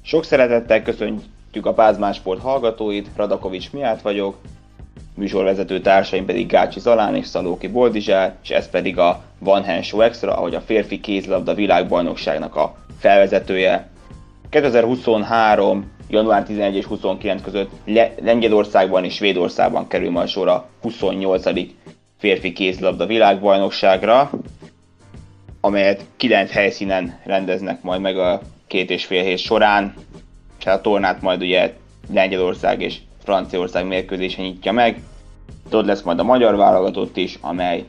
Sok szeretettel köszöntjük a Pázmán Sport hallgatóit, Radakovics Miát vagyok, műsorvezető társaim pedig Gácsi Zalán és Szalóki Boldizsár, és ez pedig a One Hand Show Extra, ahogy a férfi kézilabda világbajnokságnak a felvezetője. 2023. január 11 és 29 között Lengyelországban és Svédországban kerül majd sor a 28. férfi kézilabda világbajnokságra, amelyet 9 helyszínen rendeznek majd meg a 2,5 hét során, és a tornát majd ugye Lengyelország és Franciaország mérkőzése nyitja meg. Ott lesz majd a magyar válogatott is, amely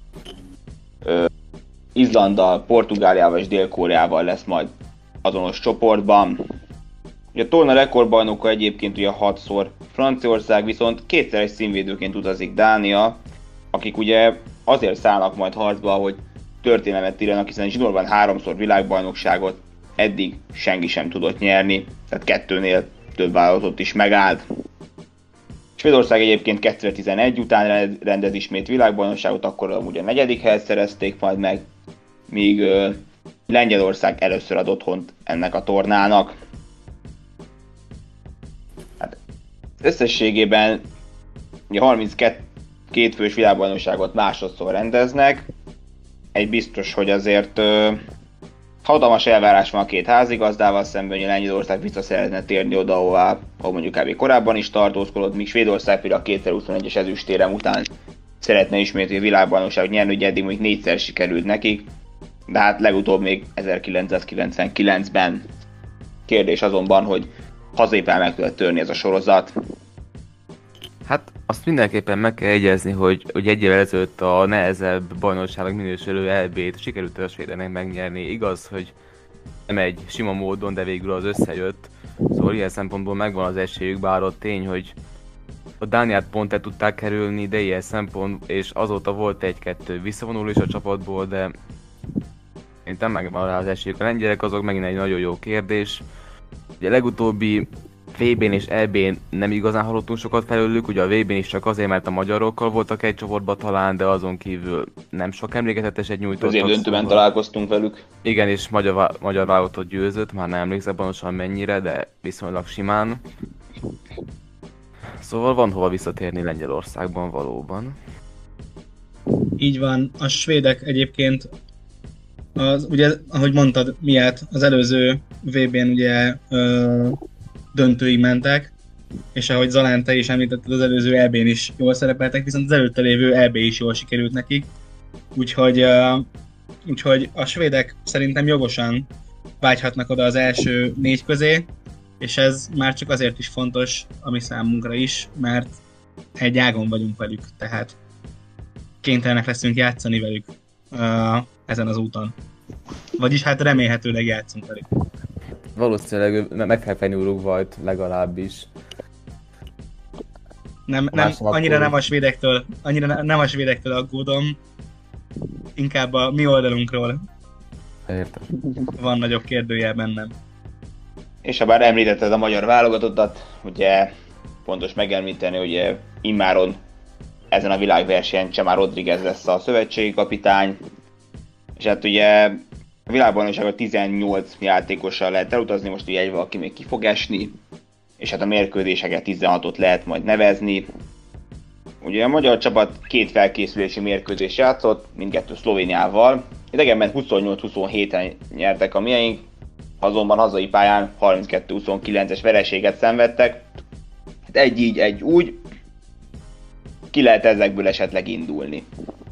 Izlanddal, Portugáliával és Dél-Koreával lesz majd azonos csoportban. Ugye a torna rekordbajnoka egyébként ugye 6-szor Franciaország, viszont kétszeres színvédőként utazik Dánia, akik ugye azért szállnak majd harcba, hogy történelmet írjanak, hiszen zsinórban 3-szor világbajnokságot eddig senki sem tudott nyerni, tehát 2-nél több vállalatot is megállt. Svédország egyébként 2011 után rendez ismét világbajnokságot, akkor amúgy a 4. helyet szerezték majd meg, míg Lengyelország először ad otthont ennek a tornának. Hát, összességében 32 fős világbajnokságot másodszor rendeznek. Egy biztos, hogy azért hatalmas elvárás van a két házigazdával szemben, hogy Lengyelország vissza szeretne térni oda, ahol mondjuk kb. Korábban is tartózkodott, míg Svédország például a 2021-es ezüstérem után szeretne ismét a világbajnokságot nyerni, ugye eddig még 4-szer sikerült nekik, de hát legutóbb még 1999-ben. Kérdés azonban, hogy hazépen meg tudott törni ez a sorozat. Hát azt mindenképpen meg kell egyezni, hogy egy évvel ezelőtt a nehezebb bajnokságnak minősülő EB-t sikerült a svédeknek megnyerni. Igaz, hogy nem egy sima módon, de végül az összejött. Szóval ilyen szempontból megvan az esélyük, bár a tény, hogy a Dániát pont el tudták kerülni, de ilyen szempont, és azóta volt egy-kettő visszavonulás a csapatból, de szerintem megvan rá az esélyük. A lengyelek azok megint egy nagyon jó kérdés. Ugye a legutóbbi VB-n és EB-n nem igazán hallottunk sokat felőlük, ugye a VB-n is csak azért, mert a magyarokkal voltak egy csoportban talán, de azon kívül nem sok emlékezeteset nyújtottak. Azért döntőben találkoztunk velük. Igen, és magyar válogatott győzött, már nem emlékszem pontosan mennyire, de viszonylag simán. Szóval van hova visszatérni Lengyelországban valóban. Így van, a svédek egyébként, ugye, ahogy mondtad, miatt az előző VB-n ugye döntőig mentek, és ahogy Zalán, te is említetted, az előző EB-n is jól szerepeltek, viszont az előtte lévő EB is jól sikerült nekik, úgyhogy a svédek szerintem jogosan vágyhatnak oda az első 4 közé, és ez már csak azért is fontos, ami számunkra is, mert egy ágon vagyunk velük, tehát kénytelenek leszünk játszani velük ezen az úton. Vagyis hát remélhetőleg játszunk velük. Valószínűleg meg kell fenni Uruguayt legalábbis. Annyira nem a svédektől aggódom, inkább a mi oldalunkról. Értem. Van nagyobb kérdőjel bennem. És ha bár említetted a magyar válogatottat, ugye fontos megemlíteni, hogy immáron ezen a világversenyen Chema Rodriguez lesz a szövetségi kapitány, és hát ugye a világbajnokságon 18 játékossal lehet elutazni, most ugye egy valaki még ki fog esni, és hát a mérkőzéseket 16-ot lehet majd nevezni. Ugye a magyar csapat 2 felkészülési mérkőzést játszott, mindkettő Szlovéniával. Idegenben 28-27-en nyertek a mieink, azonban hazai pályán 32-29-es vereséget szenvedtek. Hát egy így, egy úgy, ki lehet ezekből esetleg indulni.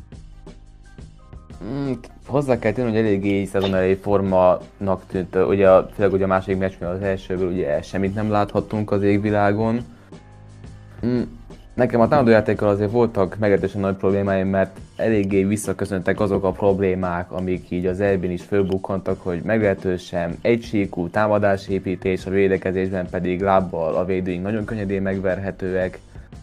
Hozzá kell tenni, hogy eléggé szezon elejé formának tűnt, ugye főleg ugye a második meccsben az elsőből ugye semmit nem láthattunk az égvilágon. Nekem a támadójátékkal azért voltak meglehetősen nagy problémáim, mert eléggé visszaköszöntek azok a problémák, amik így az EB-n is fölbukkantak, hogy meglehetősen egysíkú támadásépítés, a védekezésben pedig lábbal a védőink nagyon könnyedén megverhetőek.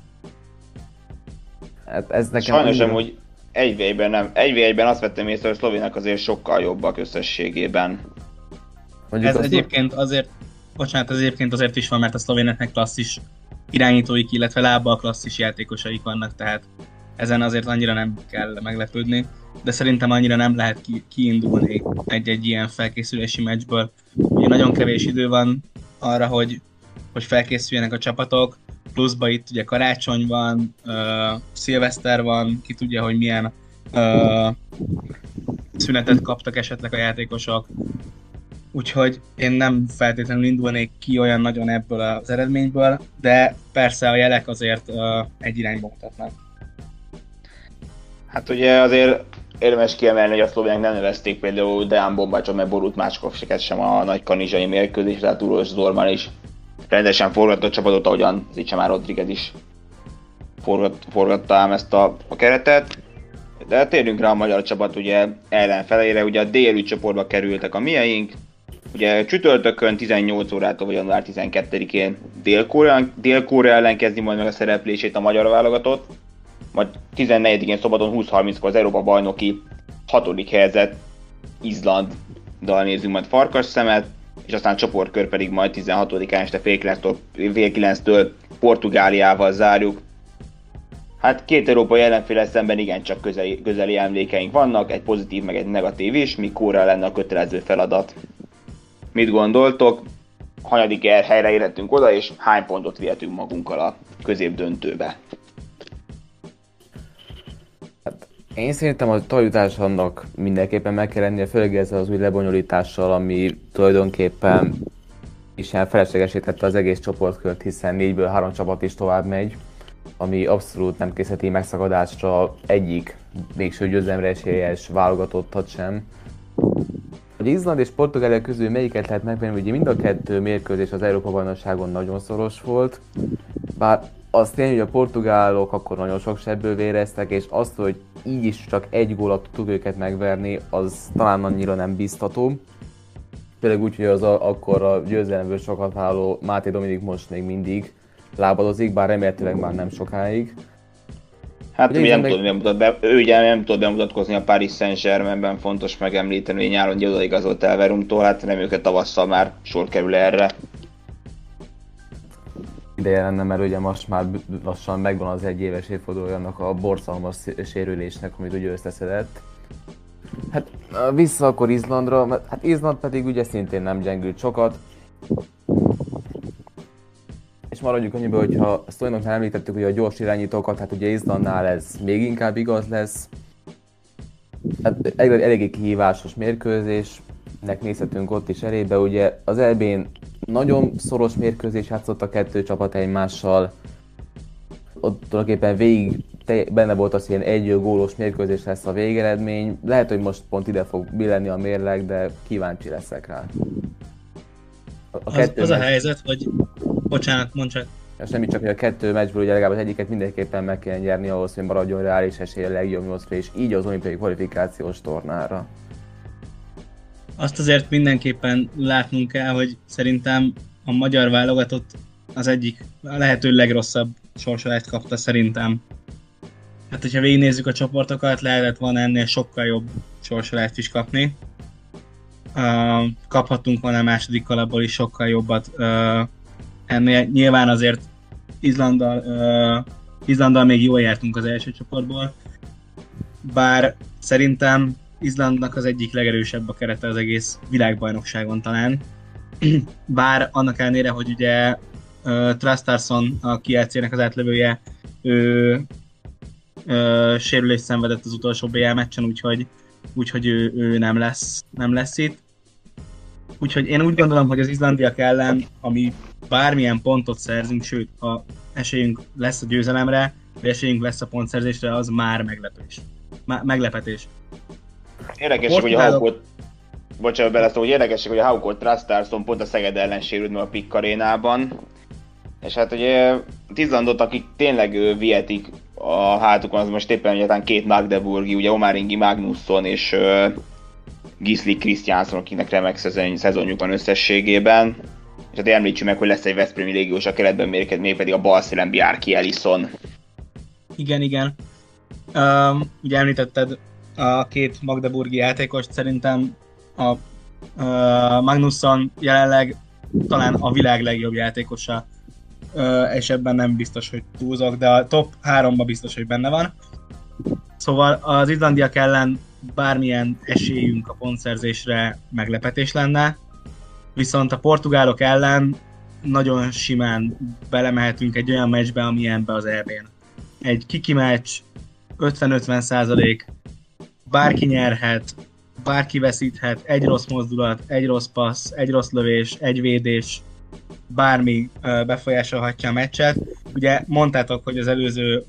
Hát ez nekem sajnos amúgy 1v1-ben azt vettem észre, hogy a szlovének azért sokkal jobbak összességében. Ez egyébként azért is van, mert a szlovéneknek klasszis irányítóik, illetve lábbal klasszis játékosaik vannak, tehát ezen azért annyira nem kell meglepődni, de szerintem annyira nem lehet kiindulni egy ilyen felkészülési meccsből. Ugye nagyon kevés idő van, arra, hogy felkészüljenek a csapatok, pluszba itt ugye karácsony van, szilveszter van, ki tudja, hogy milyen szünetet kaptak esetleg a játékosok. Úgyhogy én nem feltétlenül indulnék ki olyan nagyon ebből az eredményből, de persze a jelek azért egy irányba mutatnak. Hát ugye azért érdemes kiemelni, hogy a szlovénok nem nevezték például Dejan Bombácsot, meg Borut Mácskovsiket sem a nagy kanizsai mérkőzés, tehát Uroš Zorman is rendesen forgatott csapatot, ahogyan Zicsamár Rodriguez is forgatta ám ezt a keretet. De térjünk rá a magyar csapat ugye ellenfelére, ugye a délügy csoportba kerültek a mieink. Ugye csütörtökön 18 órától vagy január 12-én Dél-Korea ellen kezdi majd meg a szereplését a magyar válogatott. Majd 14-én szombaton 20:30-kor az Európa bajnoki 6. helyezett Izlanddal nézzünk majd farkasszemet, és aztán a csoportkör pedig majd 16-án este fél 9-től Portugáliával zárjuk. Hát két európai ellenféle szemben igencsak közeli emlékeink vannak, egy pozitív meg egy negatív is, míg Korea lenne a kötelező feladat. Mit gondoltok? Hanyadik helyre érhetünk oda, és hány pontot vihetünk magunkkal a középdöntőbe? Hát, én szerintem a továbbjutásnak mindenképpen meg kell lennie, főleg ezzel az új lebonyolítással, ami tulajdonképpen is ilyen feleslegesítette az egész csoportkört, hiszen 4-ből 3 csapat is tovább megy, ami abszolút nem készíti megszakadásra egyik végső győzelemre esélyes válogatottat sem. Hogy Izland és Portugália közül melyiket lehet megvenni, ugye mind a kettő mérkőzés az Európa-bajnokságon nagyon szoros volt, bár az tény, hogy a portugálok akkor nagyon sok sebből véreztek, és azt, hogy így is csak egy gólat tudtuk őket megverni, az talán annyira nem biztató. Főleg úgy, hogy az akkor a győzelemből sokat váló Máté Dominik most még mindig lábadozik, bár remélhetőleg már nem sokáig. Hát ugye nem tud bemutatkozni a Paris Saint-Germainben, fontos megemlíteni, hogy nyáron odaigazolt el Verumtól, hát nem őket tavasszal már sor kerül erre. Ideje lenne, mert ugye most már lassan megvan az egyéves évfordulója annak a borzalmas sérülésnek, amit ugye összeszedett. Hát vissza akkor Izlandra, mert hát Izland pedig ugye szintén nem gyengült sokat. És maradjuk annyiba, hogyha a sztorinoknál említettük, hogy a gyors irányítókat, hát ugye Izlandnál ez még inkább igaz lesz. Hát eléggé kihívásos mérkőzésnek nézhetünk ott is elébe, ugye az EB-n nagyon szoros mérkőzés játszott a kettő csapat egymással. Ott tulajdonképpen végig benne volt az, hogy ilyen egy gólos mérkőzés lesz a végeredmény. Lehet, hogy most pont ide fog billenni a mérleg, de kíváncsi leszek rá. Az a helyzet, hogy... Bocsánat, mondd csak. Semmi, csak hogy a kettő meccsből ugye legalább az egyiket mindenképpen meg kell nyerni ahhoz, hogy maradjon reális esély a legjobb 8-ra, és így az olimpiai kvalifikációs tornára. Azt azért mindenképpen látnunk kell, hogy szerintem a magyar válogatott az egyik a lehető legrosszabb sorsolást kapta szerintem. Hát, hogyha végignézzük a csoportokat, lehetett volna ennél sokkal jobb sorsolást is kapni. Kaphattunk volna a második kalapból is sokkal jobbat. Ennél nyilván azért Izlanddal még jól jártunk az első csoportból, bár szerintem Izlandnak az egyik legerősebb a kerete az egész világbajnokságon talán. Bár annak ellenére, hogy ugye Traustason, a KLC-nek az átlövője, ő sérülést szenvedett az utolsó BL meccsen, úgyhogy ő nem lesz itt. Úgyhogy én úgy gondolom, hogy az izlandiak ellen, ami bármilyen pontot szerzünk, sőt, ha esélyünk lesz a győzelemre, vagy esélyünk lesz a pontszerzésre, az már meglepetés. Érdekes, hogy a Haukot... Bocsánat, beleszól, hogy érdekes, hogy a Haukot Traustason pont a Szeged ellen sérült meg a PIK arénában. És hát ugye Izlandot, akik tényleg vihetik a hátukon, az most éppen ugye két Magdeburgi, ugye Omáringi Magnusson és Gisli Kristjánsson, akinek remek szezonjuk van összességében. És hát említsük meg, hogy lesz egy veszprémi légiós a keretben, mégpedig a bal szélen Bjarki Ellison. Igen. Ugye említetted a két magdeburgi játékost, szerintem a Magnusson jelenleg talán a világ legjobb játékosa, és ebben nem biztos, hogy túlzok, de a top 3-ban biztos, hogy benne van. Szóval az izlandiak ellen bármilyen esélyünk a pontszerzésre meglepetés lenne, viszont a portugálok ellen nagyon simán belemehetünk egy olyan meccsbe, amilyenbe az EB-n. Egy kiki meccs, 50-50%, bárki nyerhet, bárki veszíthet, egy rossz mozdulat, egy rossz passz, egy rossz lövés, egy védés, bármi befolyásolhatja a meccset. Ugye mondtátok, hogy az előző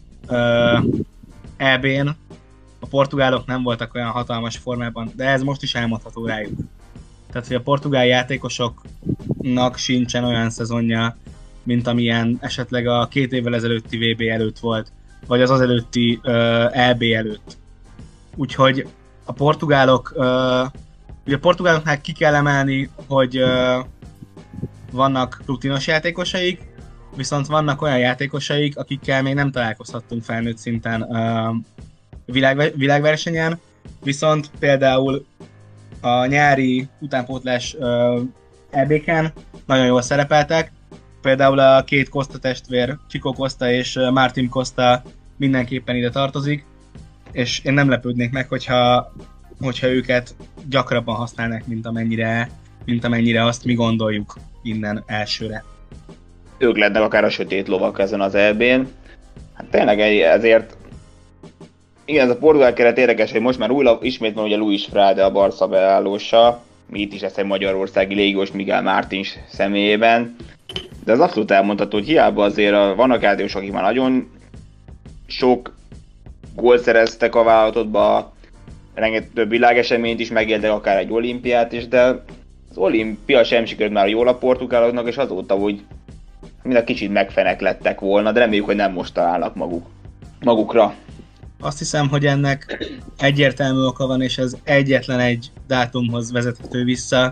EB-n a portugálok nem voltak olyan hatalmas formában, de ez most is elmondható rájuk. Tehát, hogy a portugál játékosoknak sincsen olyan szezonja, mint amilyen esetleg a 2 évvel ezelőtti VB előtt volt, vagy az előtti EB előtt. Úgyhogy a portugálok, ugye a portugáloknál ki kell emelni, hogy vannak rutinos játékosaik, viszont vannak olyan játékosaik, akikkel még nem találkozhattunk felnőtt szinten világversenyen, viszont például a nyári utánpótlás EB-ken nagyon jól szerepeltek, például a 2 Costa testvér, Chico Costa és Martin Costa mindenképpen ide tartozik, és én nem lepődnék meg, hogyha őket gyakrabban használnak, mint amennyire azt mi gondoljuk innen elsőre. Ők lennek akár a sötét lovak ezen az EB-n. Hát tényleg ezért igen, ez a portugál keret érdekes, hogy most már ismét van ugye Luis Frade a Barca beállósa, mi itt is lesz egy magyarországi légiós Miguel Martins személyében, de az abszolút elmondható, hogy hiába azért vannak játékosok, akik már nagyon sok gólt szereztek a vállalatodba, rengeteg több világeseményt is megéltek, akár egy olimpiát is, de az olimpia sem sikerült már jól a portugáloknak, és azóta úgy mind a kicsit megfeneklettek volna, de reméljük, hogy nem most találnak magukra. Azt hiszem, hogy ennek egyértelmű oka van, és ez egyetlen egy dátumhoz vezethető vissza.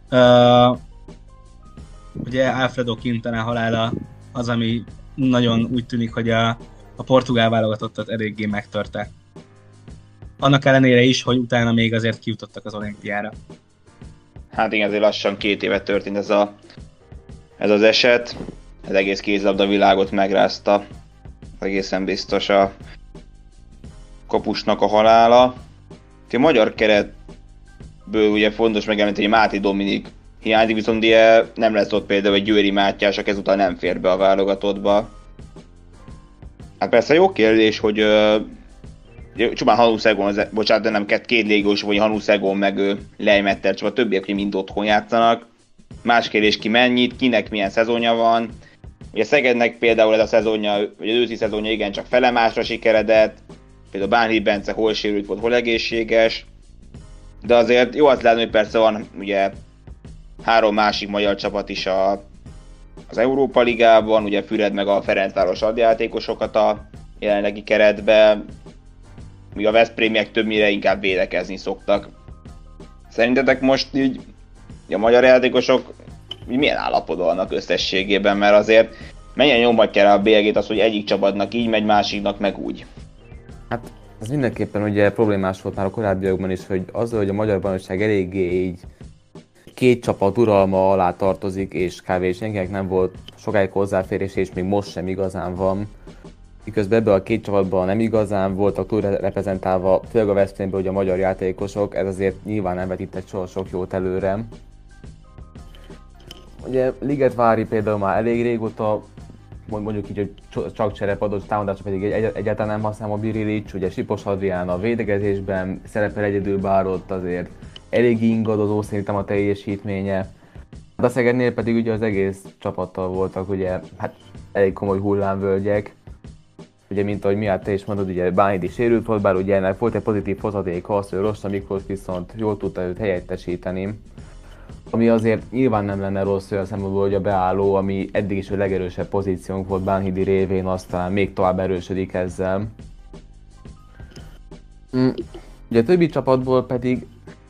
Ugye Alfredo Quintana halála az, ami nagyon úgy tűnik, hogy a portugál válogatottat eléggé megtörte. Annak ellenére is, hogy utána még azért kijutottak az olimpiára. Hát igen, azért lassan 2 éve történt ez az eset. Az egész kézilabda világot megrázta. Egészen biztos a kapusnak a halála. A magyar keretből ugye fontos megemlíteni, hogy Máté Dominik hiányzik, viszont ugye nem lesz ott például egy Győri Mátyás, aki ezután nem fér be a válogatottba. Hát persze jó kérdés, hogy csupán Hanuszegón, bocsánat, de nem 2 légiós, vagy Hanuszegón meg Lejmetter, csak a többiek hogy mind otthon játszanak. Más kérdés, ki mennyit, kinek milyen szezonja van. Ugye Szegednek például ez a szezonja, vagy az őszi szezonja igencsak felemásra sikeredett. Például Bánhidi Bence hol sérült volt, hol egészséges. De azért jó azt látni, hogy persze van ugye 3 másik magyar csapat is az Európa Ligában, ugye Füred meg a Ferencváros ad játékosokat a jelenlegi keretbe, míg a veszprémiek többnyire inkább védekezni szoktak. Szerintetek most így a magyar játékosok milyen állapotban vannak összességében, mert azért mennyien nyomatja rá a bélyegét az, hogy egyik csapatnak így megy, másiknak meg úgy? Hát ez mindenképpen ugye problémás volt már a korábbiakban is, hogy azzal, hogy a magyar bajnokság eléggé így 2 csapat uralma alá tartozik, és kb. Senkinek nem volt sokáig hozzáférés, és még most sem igazán van. Miközben ebből a 2 csapatban nem igazán voltak túl reprezentálva, főleg a Veszprémben ugye a magyar játékosok, ez azért nyilván nem vetített soha sok jót előre. Ugye Ligetvári például már elég régóta, mondjuk így, hogy csak cserepados, támadásra pedig egyáltalán nem használ a Birilics, ugye Sipos Adrián a védekezésben szerepel egyedül, bár ott azért elég ingadozó szerintem a teljesítménye. A Szegednél pedig ugye az egész csapattal voltak ugye, hát elég komoly hullámvölgyek. Ugye, mint ahogy Miát te is mondod, ugye Bánhidi sérült volt, bár ugye ennek volt egy pozitív hozadék az, hogy Rosta Miklós viszont jól tudta őt helyettesíteni. Ami azért nyilván nem lenne rossz olyan szempontból, hogy a beálló, ami eddig is a legerősebb pozíciónk volt Bánhidi révén, aztán még tovább erősödik ezzel. Ugye a többi csapatból pedig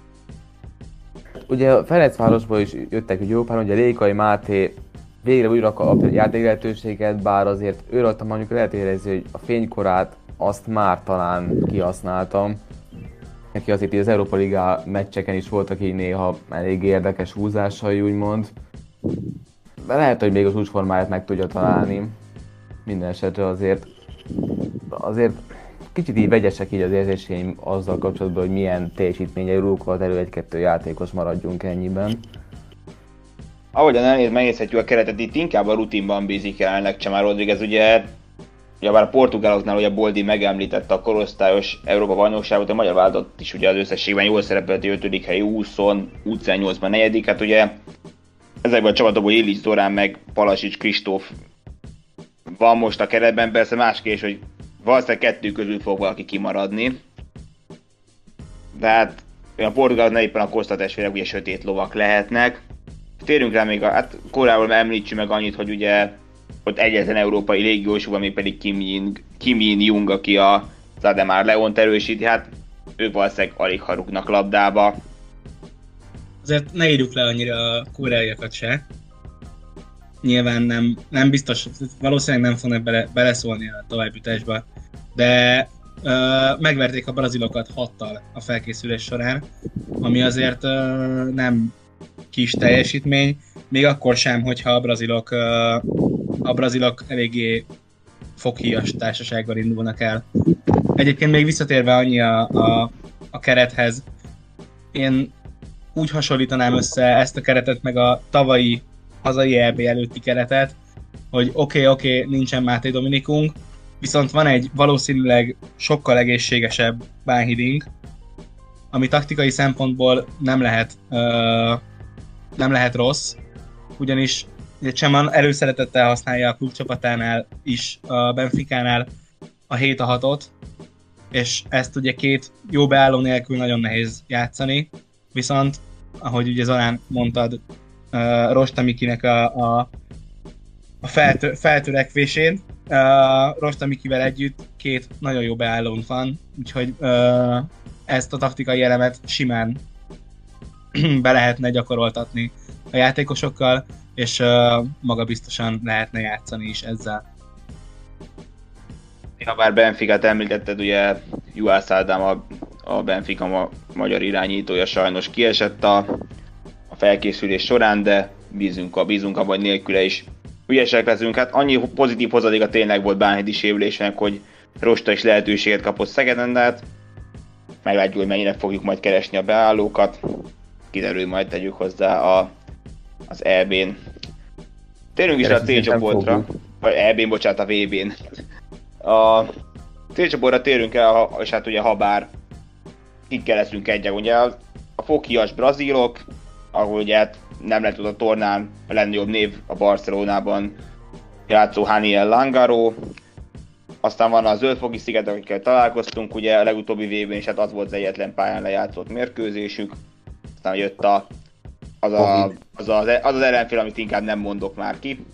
ugye a Ferencvárosból is jöttek ugye jó pár, ugye Lékai Máté végre újra kap játék lehetőséget, bár azért ő rajta mondjuk lehet érezni, hogy a fénykorát azt már talán kihasználtam. Neki azért így az Európa Liga meccseken is voltak így néha elég érdekes húzásai úgymond. De lehet, hogy még az csúcsformáját meg tudja találni. Minden esetre azért kicsit így vegyesek így az érzéseim azzal kapcsolatban, hogy milyen teljesítményei rúghat elő 1-2 játékos, maradjunk ennyiben. ahogyan megnézhetjük a keretet, itt inkább a rutinban bízik jelenleg Chema Rodriguez, ugye bár a portugáloknál ugye Boldi megemlítette a korosztályos Európa bajnokságot, a magyar válogatott is ugye az összességben jól szerepelt, 5. helyi 20-on, U18-ban 4. Hát ugye ezekben a csapatokból Illich Zorán meg Palasics Kristóf van most a keretben, persze más kérdés, hogy valószínűleg kettő közül fog valaki kimaradni. De hát a portugáloknál éppen a Costa testvérek ugye sötét lovak lehetnek. Térjünk rá még, hát korábban említsük meg annyit, hogy ugye ott egyetlen európai légiós van, még pedig Kim Jin-Jung, aki a Ademar Leont erősíti, hát ők valószínűleg alig harugnak labdába. Azért ne írjuk le annyira a koreaiakat se. Nyilván nem biztos, valószínűleg nem fognak beleszólni a továbbjutásba, de megverték a brazilokat 6-tal a felkészülés során, ami azért nem kis teljesítmény, még akkor sem, hogyha a brazilok eléggé foghíjas társasággal indulnak el. Egyébként még visszatérve annyi a kerethez, én úgy hasonlítanám össze ezt a keretet meg a tavalyi hazai EB előtti keretet, hogy oké, nincsen Máté Dominikunk, viszont van egy valószínűleg sokkal egészségesebb Bánhiding, ami taktikai szempontból nem lehet rossz, ugyanis Chema előszeretettel használja a klubcsapatánál is, a Benficánál a 7-6-ot, és ezt ugye két jó beálló nélkül nagyon nehéz játszani, viszont, ahogy ugye Zolán mondtad, Rostamikinek a feltörekvésén, Rostamikivel együtt két nagyon jó beállónk van, úgyhogy ezt a taktikai elemet simán be lehetne gyakoroltatni a játékosokkal, és magabiztosan lehetne játszani is ezzel. Ha bár Benficát említetted, ugye Juhász Ádám a Benfica magyar irányítója sajnos kiesett a felkészülés során, de bízunk abban, hogy nélküle is ügyesek leszünk. Hát annyi pozitív hozadéka tényleg volt Bánhidi sérülésnek, hogy Rosta is lehetőséget kapott Szegeden, de hát meglátjuk, hogy mennyire fogjuk majd keresni a beállókat. Kiderül, majd tegyük hozzá az EB-n. Térjünk is a C-csoportra, vagy EB-n, bocsánat, a VB-n. A C-csoportra térünk el, és hát ugye habár kikkel leszünk egyek, ugye a foghíjas brazilok, ahol ugye hát nem lehet a tornán a legnagyobb név a Barcelonában játszó Haniel Langaro. Aztán van a zöldfogi sziget, akikkel találkoztunk, ugye a legutóbbi VB-n, és hát az volt az egyetlen pályán lejátszott mérkőzésük. Aztán jött az ellenfél, amit inkább nem mondok már ki.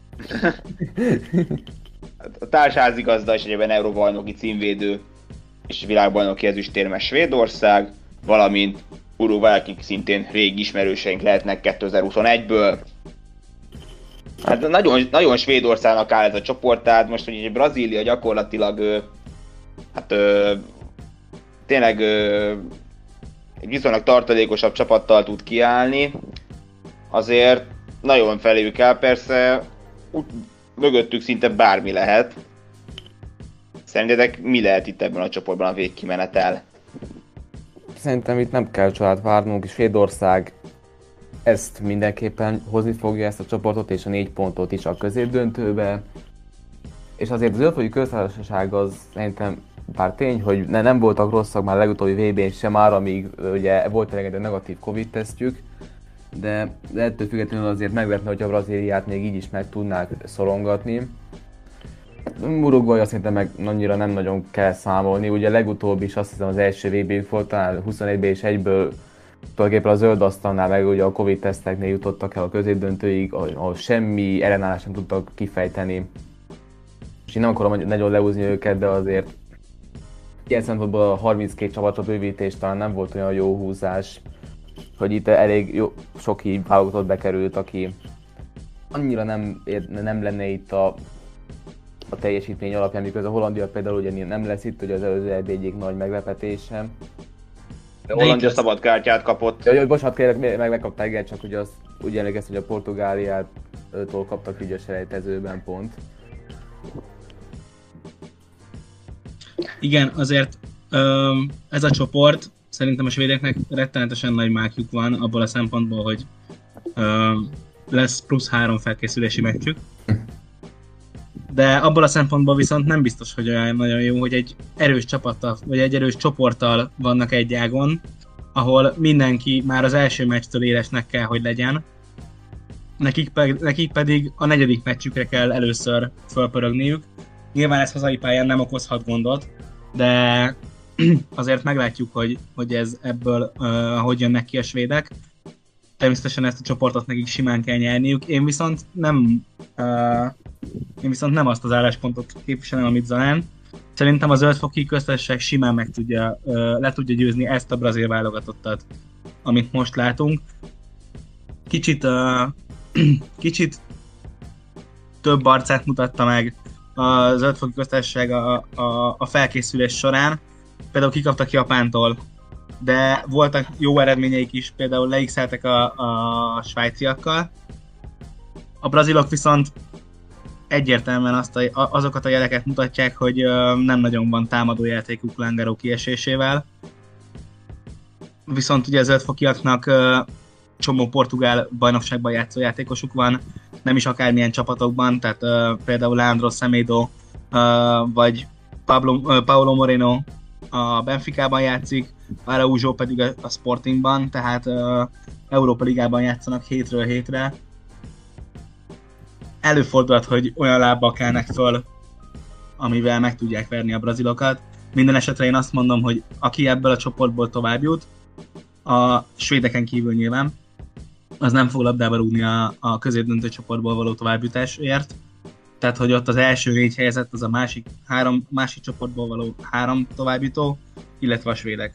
A társházigazda és egyébként euróbajnoki címvédő és világbajnoki ezüstérmes Svédország, valamint Uruguay, akik szintén régi ismerőseink lehetnek 2021-ből. Hát nagyon Svédországnak áll ez a csoport, tehát most, hogy Brazília gyakorlatilag tényleg egy viszonylag tartalékosabb csapattal tud kiállni, azért nagyon feléjük kell, persze mögöttük szinte bármi lehet. Szerintetek mi lehet itt ebben a csoportban a végkimenetel? Szerintem itt nem kell csodát várnunk, és Svédország ezt mindenképpen hozni fogja, ezt a csoportot és a 4 pontot is a középdöntőbe. És azért az zöldfogi köztársaság az szerintem bár tény, hogy nem voltak rosszak már a legutóbbi VB-n sem már, amíg ugye volt egy negatív Covid tesztjük, de ettől függetlenül azért megvetne, hogy a Brazíliát még így is meg tudnák szorongatni. Uruguay azt szerintem meg annyira nem nagyon kell számolni, ugye legutóbb is azt hiszem az első VB volt, talán 21-ben és 1-ből tulajdonképpen a zöld asztalnál meg ugye a Covid teszteknél jutottak el a középdöntőig, ahol semmi ellenállást nem tudtak kifejteni. És én nem akarom nagyon leúzni őket, de azért ilyen szempontból a 32 csapatra bővítés talán nem volt olyan jó húzás, hogy itt elég jó, sok válogatott bekerült, aki annyira nem lenne itt a teljesítmény alapján, miközben a Hollandia például ugye nem lesz itt, hogy az előző egyik nagy meglepetése. De Hollandia szabad kártyát kapott. Ja, bocsánat, kérlek, megkapták, igen, csak ugye úgy emlékeztem, hogy a Portugáliától kaptak így a selejtezőben pont. Igen, azért ez a csoport, szerintem a svédeknek rettenetesen nagy mákjuk van abból a szempontból, hogy lesz plusz 3 felkészülési meccsük. De abból a szempontból viszont nem biztos, hogy olyan nagyon jó, hogy egy erős csapattal, vagy egy erős csoporttal vannak egy ágon, ahol mindenki már az első meccstől élesnek kell, hogy legyen. Nekik pedig a 4. meccsükre kell először fölpörögniük. Nyilván ez hazai pályán nem okozhat gondot, de azért meglátjuk, hogy ez ebből hogy jönnek ki a svédek. Természetesen ezt a csoportot nekik simán kell nyerniük. Én viszont nem azt az álláspontot képviselem, amit Zalán. Szerintem a Zöldfoki Köztársaság simán le tudja győzni ezt a brazil válogatottat, amit most látunk. Kicsit több arcát mutatta meg a Zöldfoki Köztársaság a felkészülés során. Például kikaptak Japántól, de voltak jó eredményeik is, például leixeltek a svájciakkal. A brazilok viszont egyértelműen azokat a jeleket mutatják, hogy nem nagyon van támadójátékuk Langeró kiesésével. Viszont ugye az zöldfokiaknak csomó portugál bajnokságban játszó játékosuk van, nem is akármilyen csapatokban, tehát például Leandro Semedo vagy Paulo Moreno a Benficában játszik, Araújo pedig a Sportingban, tehát Európa Ligában játszanak hétről hétre. Előfordulhat, hogy olyan lábbal kelnek föl, amivel meg tudják verni a brazilokat. Minden esetre én azt mondom, hogy aki ebből a csoportból tovább jut, a svédeken kívül nyilván, az nem fog labdába rúgni a középdöntő csoportból való továbbjutásért. Tehát, hogy ott az első 4 helyezett, az a másik csoportból való 3 továbbjutó, illetve a svédek.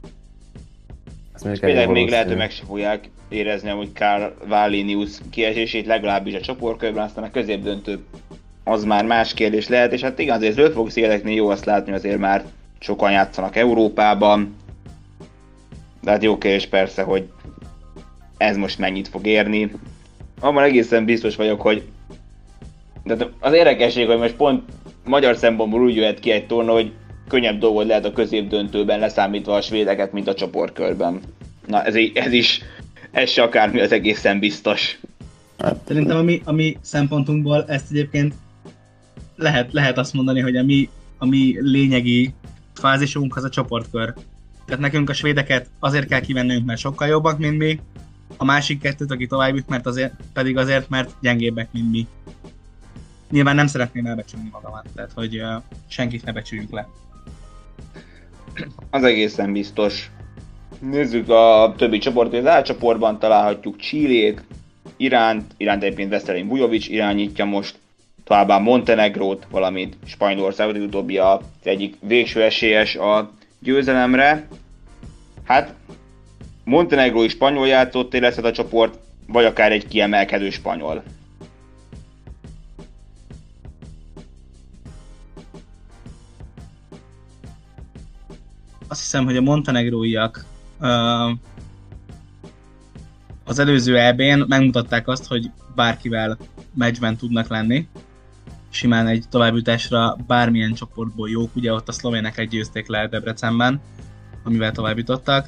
Svédek még lehet, hogy meg se fogják érezni amúgy Karl Wallinius kiesését, legalábbis a csoportkörben, aztán a középdöntő az már más kérdés lehet, és hát igen, azért Zöldfoki-szigeteknél jó azt látni, hogy azért már sokan játszanak Európában, de hát jó kérdés persze, hogy ez most mennyit fog érni. Abban egészen biztos vagyok, hogy de az érdekesség, hogy most pont magyar szempontból úgy jöhet ki egy torna, hogy könnyebb dolgod lehet a középdöntőben leszámítva a svédeket, mint a csoportkörben. Na ez se akármi, az egészen biztos. Szerintem a mi szempontunkból ezt egyébként lehet azt mondani, hogy a mi lényegi fázisunk az a csoportkör. Tehát nekünk a svédeket azért kell kivennünk, mert sokkal jobbak, mint mi, a másik kettőt, aki tovább jut, pedig azért, mert gyengébbek, mint mi. Nyilván nem szeretném elbecsülni magamat, tehát hogy senkit ne becsüljünk le. Az egészen biztos. Nézzük a többi csoportot. Az A csoportban találhatjuk Chilét, Iránt egyébként Veselin Vujovic irányítja most, továbbá Montenegrót, valamint Spanyolországot, utóbbi az egyik végső esélyes a győzelemre. Hát Montenegró is spanyol játszott, érezhet a csoport, vagy akár egy kiemelkedő spanyol. Azt hiszem, hogy a montenegróiak az előző EB-n megmutatták azt, hogy bárkivel meccsben tudnak lenni. Simán egy továbbjutásra bármilyen csoportból jók, ugye ott a szlovéneket győzték le Debrecenben, amivel továbbjutottak.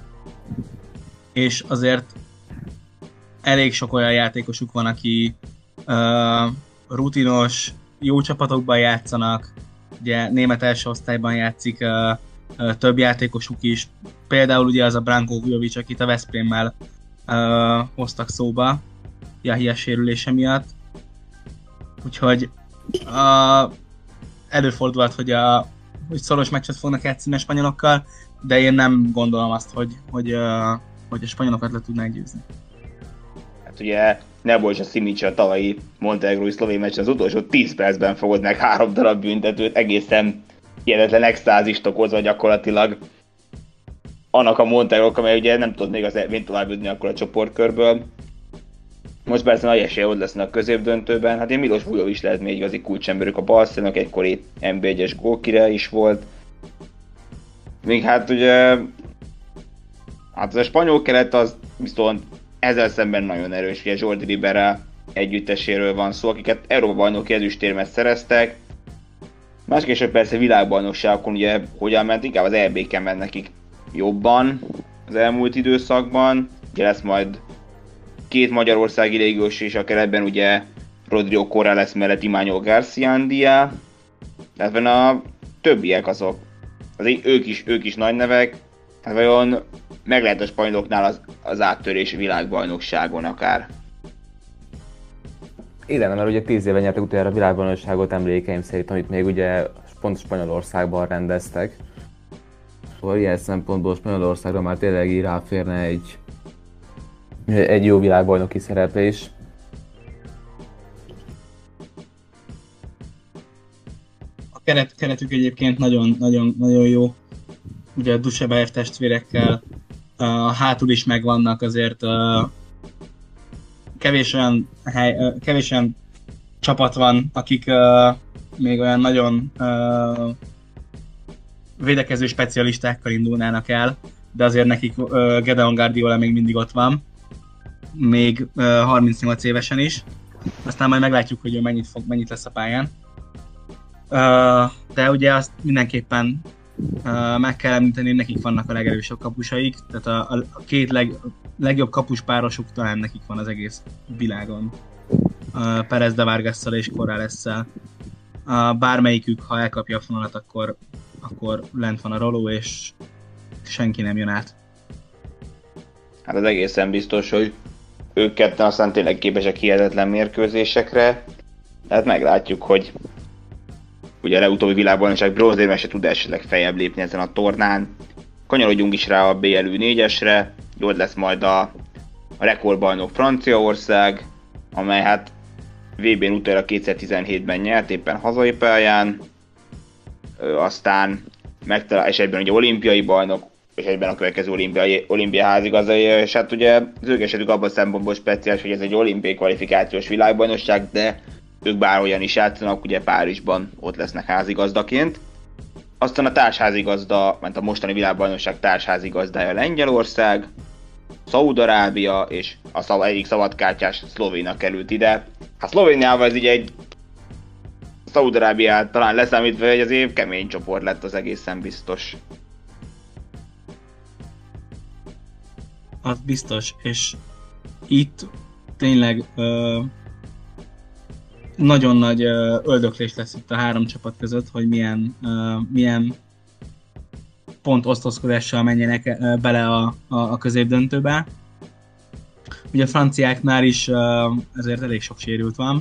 És azért elég sok olyan játékosuk van, aki rutinos, jó csapatokban játszanak, ugye német első osztályban játszik több játékosuk is, például ugye az a Branko Vujovic, akit a Veszprémmel hoztak szóba Jahia sérülése miatt. Úgyhogy előfordulhat, hogy szoros meccset fognak játszani a spanyolokkal, de én nem gondolom azt, hogy a spanyolokat le tudnák győzni. Hát ugye Nebojsa Simic a tavalyi montenegrói szlovén meccsen az utolsó 10 percben fogott meg 3 darab büntetőt, egészen hihetetlen extázist okozva gyakorlatilag annak a Montenegrók, amely ugye nem tudott még az elvén tovább jutni akkor a csoportkörből. Most persze nagy esélye ott lesznek a középdöntőben, hát én Milos Vujovic lehet még igazi kulcsemberük a Barcelonának, egykori NB1-es gólkire is volt. Még hát ugye hát az a spanyol keret az viszont ezzel szemben nagyon erős, ugye Jordi Ribera együtteséről van szó, akiket Európa-bajnoki ezüstérmet szereztek. Másképp persze világbajnokságokon ugye hogyan ment, inkább az EB-ken ment nekik jobban az elmúlt időszakban. Ugye lesz majd két magyarországi légiós és a keretben ugye Rodrigo Corrales mellett Immanuel García Andia, tehát a többiek azok, azért ők is nagy nevek, hát vajon meg lehet a spanyoloknál az áttörés világbajnokságon akár. Igen, mert ugye 10 éve nyertek utoljára a világbajnokságot emlékeim szerint, amit még ugye pont Spanyolországban rendeztek. Szóval ilyen szempontból Spanyolországra már tényleg így ráférne egy jó világbajnoki szereplés. A keretük egyébként nagyon jó. Ugye a Dussebaev testvérekkel hátul is megvannak, azért kevés olyan csapat van, akik még olyan nagyon védekező specialistákkal indulnának el, de azért nekik Gedeon Guardiola még mindig ott van, még 38 évesen is. Aztán majd meglátjuk, hogy ő mennyit lesz a pályán. De ugye azt mindenképpen meg kell említeni, hogy nekik vannak a legerősebb kapusaik, tehát a két legjobb kapuspárosuk talán nekik van az egész világon. Perez de Vargasszal és Corrales-szel. Bármelyikük, ha elkapja a fonalat, akkor lent van a roló, és senki nem jön át. Hát az egészen biztos, hogy ők ketten aztán tényleg képesek hihetetlen mérkőzésekre. Tehát meglátjuk, hogy ugye a legutóbbi világbajnokság bronzérmes se tud esetleg feljebb lépni ezen a tornán. Kanyarodjunk is rá a BLU 4-esre, ott lesz majd a rekordbajnok Franciaország, amely hát VB-n utoljára 2017-ben nyert, éppen hazai pályán. Aztán és egyben ugye olimpiai bajnok, és egyben a következő olimpia házigazda, és hát ugye az ők esetük abban a szempontból speciális, hogy ez egy olimpiai kvalifikációs világbajnokság, de ők bárhogyan is játszanak, ugye Párizsban ott lesznek házigazdaként. Aztán a társházigazda, mert a mostani világbajnokság társházigazdája Lengyelország, Szaúd-Arábia és egyik szabadkártyás Szlovénia került ide. Hát Szlovéniával ez így egy Szaúd-Arábiát talán leszámítva, hogy az év kemény csoport lett, az egészen biztos. Az biztos, és itt tényleg nagyon nagy öldöklés lesz itt a három csapat között, hogy milyen pontosztozkodással menjenek bele a középdöntőbe. Ugye a franciáknál is ezért elég sok sérült van.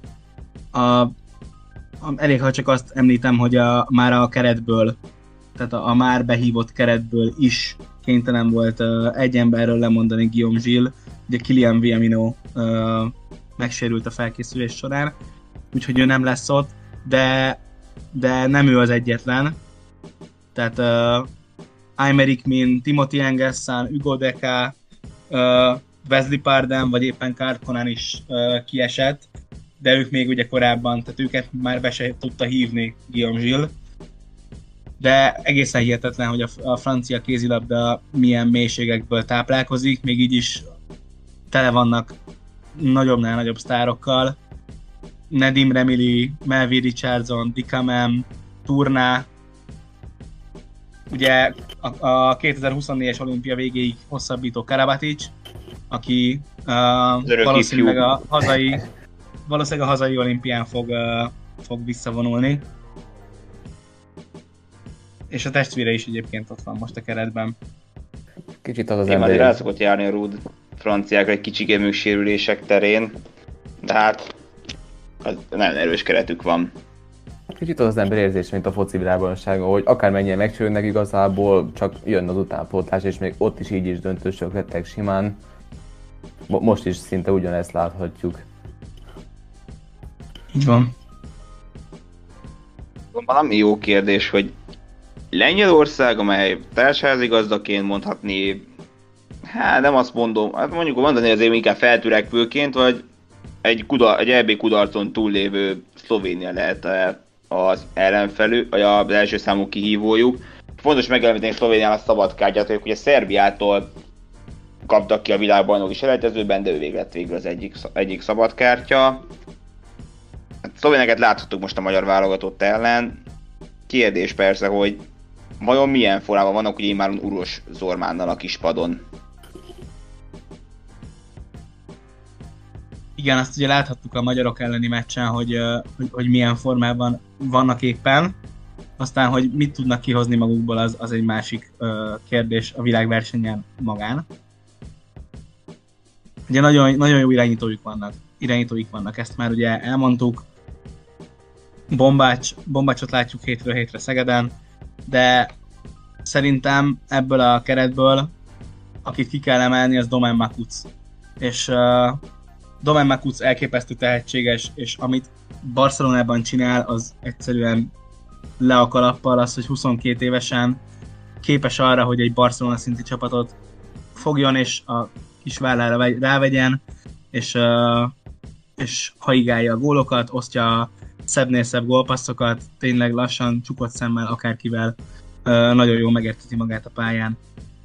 Elég, ha csak azt említem, hogy már a keretből, tehát a már behívott keretből is kénytelen volt egy emberről lemondani Guillaume Gilles, ugye Kylian Viamino megsérült a felkészülés során, úgyhogy ő nem lesz ott, de nem ő az egyetlen. Tehát Aymeric Min, Timothy Angelson, Hugo Deka, Wesley Pardon, vagy éppen Carconan is kiesett, de ők még ugye korábban, tehát őket már be se tudta hívni Guillaume Gilles. De egészen hihetetlen, hogy a francia kézilabda milyen mélységekből táplálkozik, még így is tele vannak nagyobbnál nagyobb sztárokkal. Nedim Remili, Melvin Richardson, Dikamem, Tourna. Ugye a 2024-es olimpia végéig hosszabbító Karabatic, aki valószínűleg a hazai olimpián fog visszavonulni. És a testvére is egyébként ott van most a keretben. Kicsit az ember. ember. Rá szokott járni a rúd franciákra egy kicsikemű sérülések terén, de hát nagyon erős keretük van. Kicsit az ember érzés, mint a foci világbajnokságon, hogy akármennyien megsérülnek igazából, csak jön az utánpótlás, és még ott is így is döntősök lettek simán. Most is szinte ugyanezt láthatjuk. Így van. Valami jó kérdés, hogy Lengyelország, amely társházigazdaként mondhatni, hát nem azt mondom, hát mondjuk mondani azért inkább feltörekvőként, vagy egy EB kudarcon túllévő Szlovénia lehet az ellenfelük, vagy az első számú kihívójuk. Fontos megemlíteni Szlovéniának a szabadkártyát, hogy ugye Szerbiától kaptak ki a világbajnoki selejtezőben, de ő lett végül az egyik szabadkártya. Hát szlovéneket láthattuk most a magyar válogatott ellen. Kérdés persze, hogy vajon milyen formában vannak ugye már Uros Zormánnal a kispadon. Igen, azt ugye láthattuk a magyarok elleni meccsen, hogy milyen formában vannak éppen. Aztán, hogy mit tudnak kihozni magukból, az egy másik kérdés a világversenyen magán. Ugye nagyon, nagyon jó irányítóik vannak, ezt már ugye elmondtuk. Bombácsot látjuk hétről hétre Szegeden, de szerintem ebből a keretből, akit ki kell emelni, az Domen Makuc. És Domen Makuc elképesztő tehetséges, és amit Barcelonában csinál, az egyszerűen le a kalappal, az, hogy 22 évesen képes arra, hogy egy Barcelona szinti csapatot fogjon, és a kis vállára rávegyen, és haigálja a gólokat, osztja a szebbnél szebb gólpasszokat, tényleg lassan, csukott szemmel, akárkivel nagyon jól megérteti magát a pályán.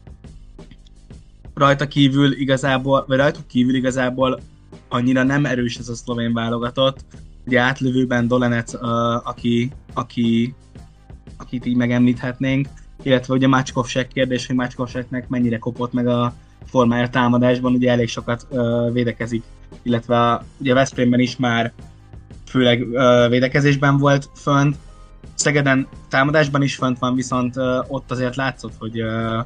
Rajtuk kívül igazából annyira nem erős ez a szlovén válogatott. Ugye átlövőben Dolenec, akit így megemlíthetnénk, illetve ugye Mačkovšek kérdés, hogy Mačkovšeknek mennyire kopott meg a formája támadásban, ugye elég sokat védekezik, illetve ugye Veszprémben is már főleg védekezésben volt fönt. Szegeden támadásban is fönt van, viszont ott azért látszott, hogy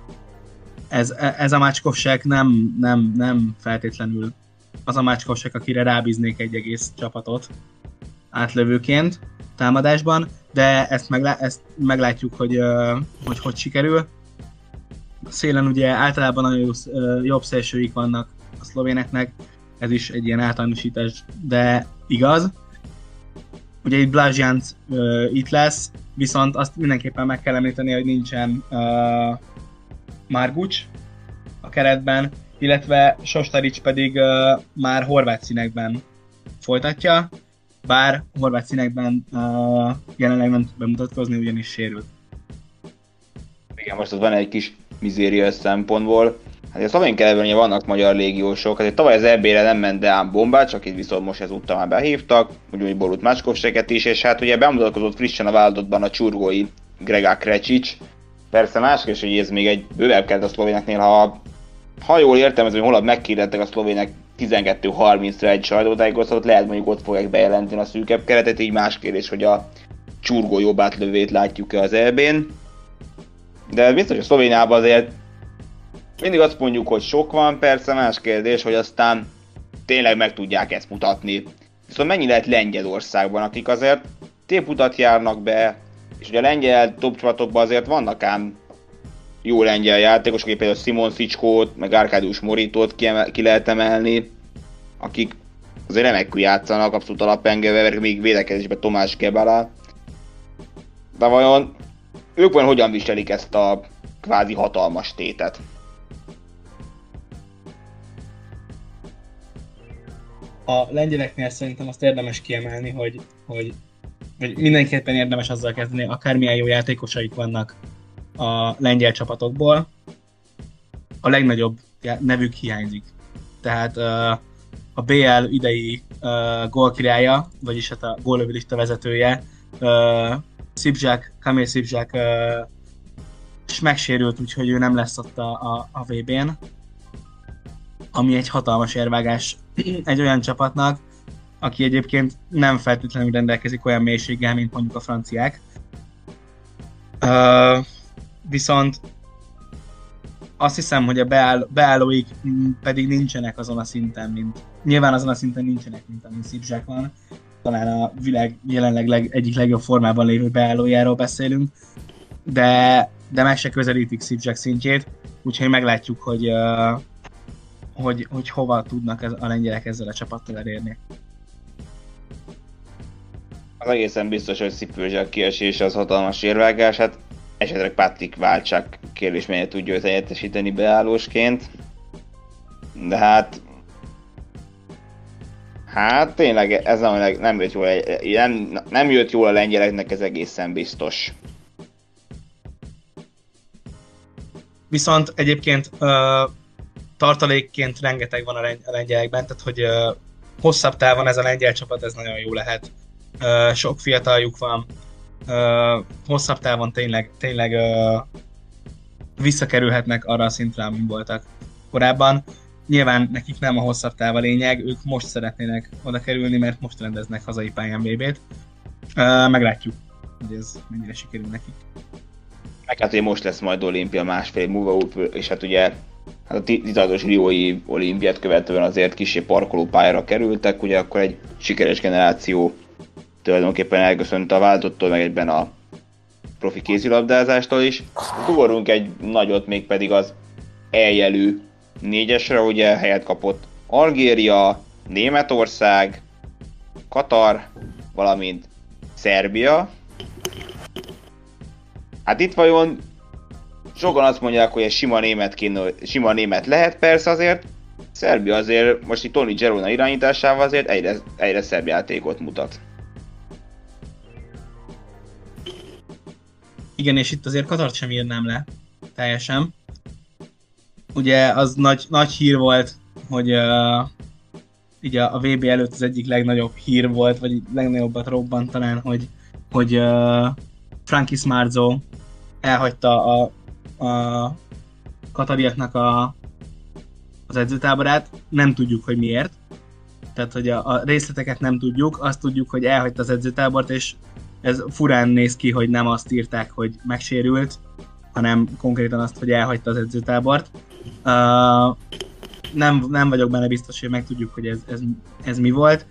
ez a Mačkovšek nem feltétlenül az a Mačkovšek, akire rábíznék egy egész csapatot átlövőként támadásban, de ezt meglátjuk, hogy sikerül. Szélen ugye általában nagyon jobb szélsőik vannak a szlovéneknek, ez is egy ilyen általánosítás, de igaz. Ugye itt Blažjanc itt lesz, viszont azt mindenképpen meg kell említeni, hogy nincsen Marguč a keretben, illetve Sostaric pedig már horvát színekben folytatja, bár horvát színekben jelenleg nem tud bemutatkozni, ugyanis sérült. Igen, most ott van egy kis mizéria szempontból. Hát a szlovén keretben vannak magyar légiósok, azért tavaly az EB-re nem ment Deán Bombács, akit viszont most ezúttal már behívtak, ugyanúgy Borut Mačkovšeket is, és hát ugye bemutatkozott frissen a válogatottban a csurgói Grega Krečič. Persze másképp, hogy ez még egy bővebb keret a szlovéneknél, ha jól értelmezem, hogy holnap megkérdettek a szlovének 12-30-ra egy sajtótájékoztatót, lehet mondjuk ott fogják bejelenteni a szűkebb keretet, így más kérdés, hogy a csurgó jobb átlövét látjuk-e az EB-n. De biztos, hogy Szlovéniában azért mindig azt mondjuk, hogy sok van, persze más kérdés, hogy aztán tényleg meg tudják ezt mutatni. Viszont mennyi lehet Lengyelországban, akik azért téputat járnak be, és ugye a lengyel top csapatokban azért vannak ám jó lengyel játékosok, akik például Simon Szicskót, meg Arkadiusz Moritót ki lehet emelni, akik azért remekül játszanak, abszolút alapengedve, még védekezésben Tomás Gebala. De vajon ők vajon hogyan viselik ezt a kvázi hatalmas tétet? A lengyeleknél szerintem azt érdemes kiemelni, hogy mindenképpen érdemes azzal kezdeni, akármilyen jó játékosaik vannak a lengyel csapatokból, a legnagyobb nevük hiányzik. Tehát a BL idei gólkirálya, vagyis hát a góllövőlista vezetője, Kamil Szibzsák és megsérült, úgyhogy ő nem lesz ott a VB-n, ami egy hatalmas érvágás egy olyan csapatnak, aki egyébként nem feltétlenül rendelkezik olyan mélységgel, mint mondjuk a franciák. Viszont azt hiszem, hogy a beállóik pedig nincsenek azon a szinten, nyilván azon a szinten nincsenek, mint amin Szibzsák van. Talán a világ jelenleg egyik legjobb formában lévő beállójáról beszélünk, de meg se közelítik Szibzsák szintjét, úgyhogy meglátjuk, hogy hova tudnak a lengyelek ezzel a csapattal elérni. Az egészen biztos, hogy Szibzsák kiesése az hatalmas érvágás, hát esetleg Patrik Válcsák kérdés, melyet tudja őt helyettesíteni beállósként. De hát tényleg ez nem jött jól a lengyeleknek, ez egészen biztos. Viszont egyébként tartalékként rengeteg van a lengyelekben, tehát hogy hosszabb távon ez a lengyel csapat, ez nagyon jó lehet. Sok fiataljuk van, hosszabb távon tényleg visszakerülhetnek arra a szintre, amin voltak korábban. nyilván nekik nem a hosszabb táv a lényeg, ők most szeretnének oda kerülni, mert most rendeznek hazai pályán VB-t. Meglátjuk, hogy ez mennyire sikerül nekik. Meg hát ugye most lesz majd olimpia másfél év múlva, és hát ugye hát a titokzatos riói olimpiát követően azért kissé parkolópályára kerültek, ugye akkor egy sikeres generáció tulajdonképpen elköszönt a váltottól, meg egyben a profi kézilabdázástól is. Ugorunk egy nagyot, mégpedig az eljelű négyesre, ugye helyet kapott Algéria, Németország, Katar, valamint Szerbia. Hát itt vajon sokan azt mondják, hogy egy sima német lehet, persze azért Szerbia azért most itt Toni Gerona irányításával azért egyre szebb játékot mutat. Igen, és itt azért Katart sem írnám le teljesen. Ugye az nagy hír volt, hogy így a VB előtt az egyik legnagyobb hír volt, vagy legnagyobbat robbant talán, hogy Frankie Smarzo elhagyta a katariaknak az edzőtáborát. Nem tudjuk, hogy miért. Tehát, hogy a részleteket nem tudjuk, azt tudjuk, hogy elhagyta az edzőtábort, és ez furán néz ki, hogy nem azt írták, hogy megsérült, hanem konkrétan azt, hogy elhagyta az edzőtábort. Nem vagyok benne biztos, hogy megtudjuk, hogy ez mi volt,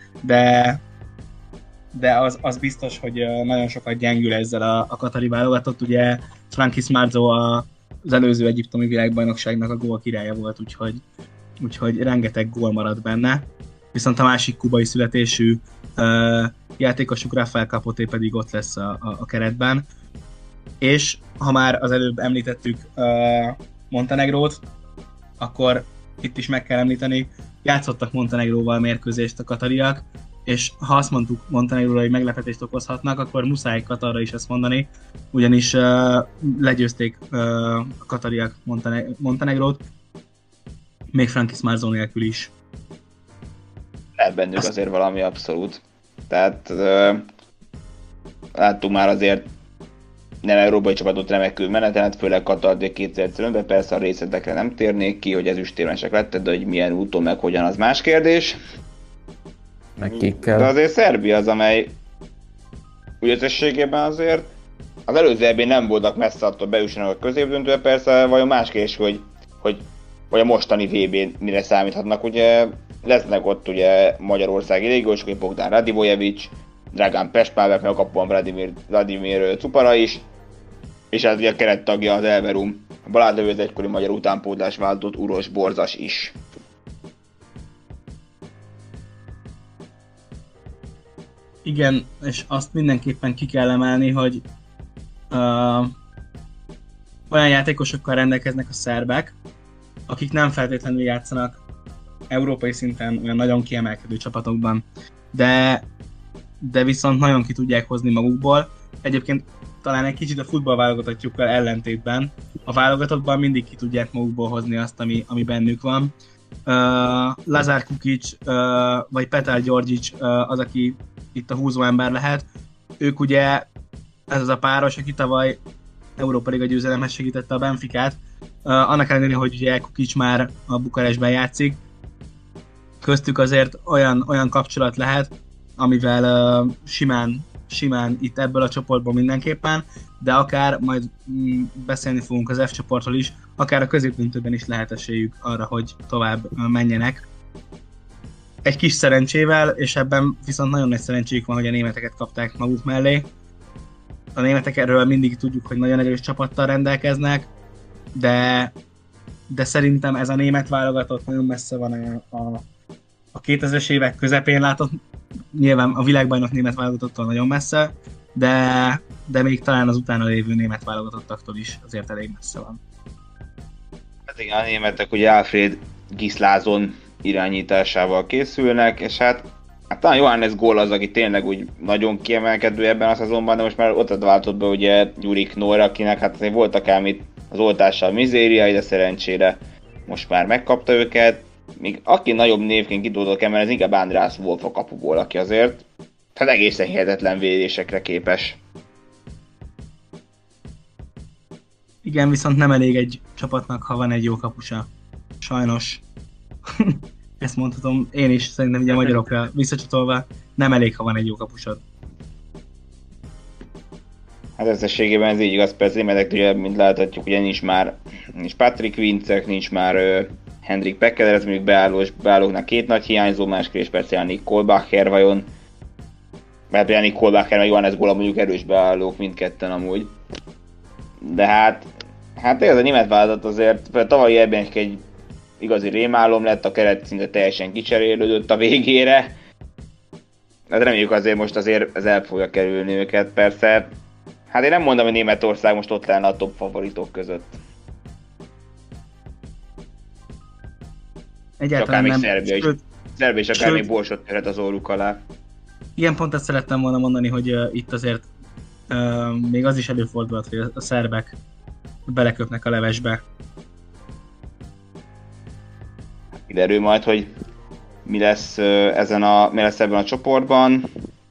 de az biztos, hogy nagyon sokat gyengül ezzel a katari válogatott. Ugye Frankie Smarzo az előző egyiptomi világbajnokságnak a gól királya volt, úgyhogy rengeteg gól maradt benne. Viszont a másik kubai születésű játékosuk Rafael Capote pedig ott lesz a keretben. És ha már az előbb említettük Montenegrót, akkor itt is meg kell említeni, játszottak Montenegróval mérkőzést a katariak, és ha azt mondtuk Montenegróra, hogy meglepetést okozhatnak, akkor muszáj Katarra is ezt mondani, ugyanis legyőzték a katariak Montenegrót, még Frankie Smarzo nélkül is. Lehet bennük azért valami abszolút. Tehát láttuk már azért nem európai csapatot remekül menetelet, főleg Katar 2005-ben, persze a részletekre nem térnék ki, hogy ezüstérmesek lettek, de hogy milyen úton, meg hogyan, az más kérdés. Meg kikkel. De azért Szerbia az, amely úgy összességében azért az előző EB-n nem voltak messze attól bejussanak a középdöntőbe, persze vajon más kérdés, hogy a mostani VB-n mire számíthatnak, ugye lesznek ott ugye magyarországi légiósok, hogy Bogdan Radivojevic, Dragan Pespálvek, meg a kapuban Vladimir Cupara is, és hát ugye a kerettagja az Elverum, a Balázs az egykori magyar utánpótlás váltott Uros Borzas is. Igen, és azt mindenképpen ki kell emelni, hogy olyan játékosokkal rendelkeznek a szerbek, akik nem feltétlenül játszanak európai szinten olyan nagyon kiemelkedő csapatokban, de viszont nagyon ki tudják hozni magukból. Egyébként talán egy kicsit a futballválogatottjukkal ellentétben, a válogatottban mindig ki tudják magukból hozni azt, ami bennük van. Lazar Kukic vagy Petar Györgyics az, aki itt a húzó ember lehet. Ők ugye, ez az a páros, aki tavaly Európa Liga győzelemhez segítette a Benficát, annak ellenére, hogy ugye Kukic már a Bukarestben játszik, köztük azért olyan kapcsolat lehet, amivel simán itt ebből a csoportból mindenképpen, de akár majd beszélni fogunk az F csoportról is, akár a középdöntőben is lehet esélyük arra, hogy tovább menjenek. Egy kis szerencsével, és ebben viszont nagyon nagy szerencséjük van, hogy a németeket kapták maguk mellé. A németek erről mindig tudjuk, hogy nagyon erős csapattal rendelkeznek, de szerintem ez a német válogatott nagyon messze van a 2000-es évek közepén látott, nyilván a világbajnok német válogatottól nagyon messze, de még talán az utána lévő német válogatottaktól is azért elég messze van. Hát igen, a németek ugye Alfred Gislázon irányításával készülnek, és hát talán Johannes Gól az, aki tényleg úgy nagyon kiemelkedő ebben a szezonban, de most már ott váltott be ugye Gyuri Knorr, akinek hát azért voltak ám itt az oltással mizériai, de szerencsére most már megkapta őket. Még aki nagyobb névként ki tudok emelni, ez inkább András Wolf a kapuból, aki azért hát egészen hihetetlen védésekre képes. Igen, viszont nem elég egy csapatnak, ha van egy jó kapusa. Sajnos. Ezt mondhatom én is, szerintem ugye a magyarokra visszacsatolva nem elég, ha van egy jó kapusod. Hát összességében ez így igaz, persze, mert ugye, mint láthatjuk, ugye nincs Patrick Vincek, nincs már Hendrik Pekkeler, ez mondjuk beállóknak két nagy hiányzó, másképp persze Janik Kohlbacher vajon. Mert Janik Kohlbacher meg Johannes Gola mondjuk erős beállók mindketten amúgy. De hát ez a német vállalat azért, tavalyi ebben egy igazi rémálom lett, a keret szinte teljesen kicserélődött a végére. Hát reméljük azért most azért ez el fogja kerülni őket, persze. Hát én nem mondom, hogy Németország most ott lenne a top favoritok között. Egyáltalán nem. Szerbia is akár még borsot törhet az orruk alá. Ilyen pont ezt szerettem volna mondani, hogy itt azért még az is előfordulhat, hogy a szerbek beleköpnek a levesbe. Kiderül majd, hogy mi lesz ebben a csoportban.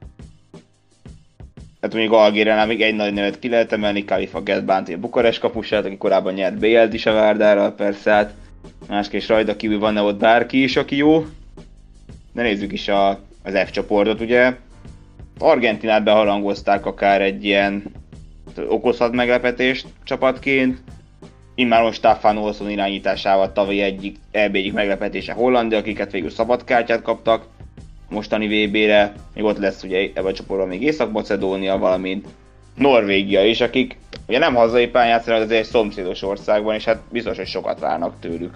Hát mondjuk Algériánál még egy nagy nevet ki lehet emelni, Khalifa Ghezbánti, a Bukarest kapusát, aki korábban nyert BL-t is a Várdárral, persze, hát másképp rajta kívül van-e ott bárki is, aki jó. De nézzük is az F csoportot, ugye. Argentinát beharangozták akár egy ilyen okozhat meglepetést csapatként. Immáron Staffan Olsson irányításával tavalyi egyik meglepetése Hollandia, akiket végül szabad kártyát kaptak mostani VB-re. Még ott lesz ugye ebben a csoportban még Észak-Macedónia, valamint Norvégia is, akik ugye nem hazai pályán játszanak, de egy szomszédos országban, és hát biztos, hogy sokat várnak tőlük.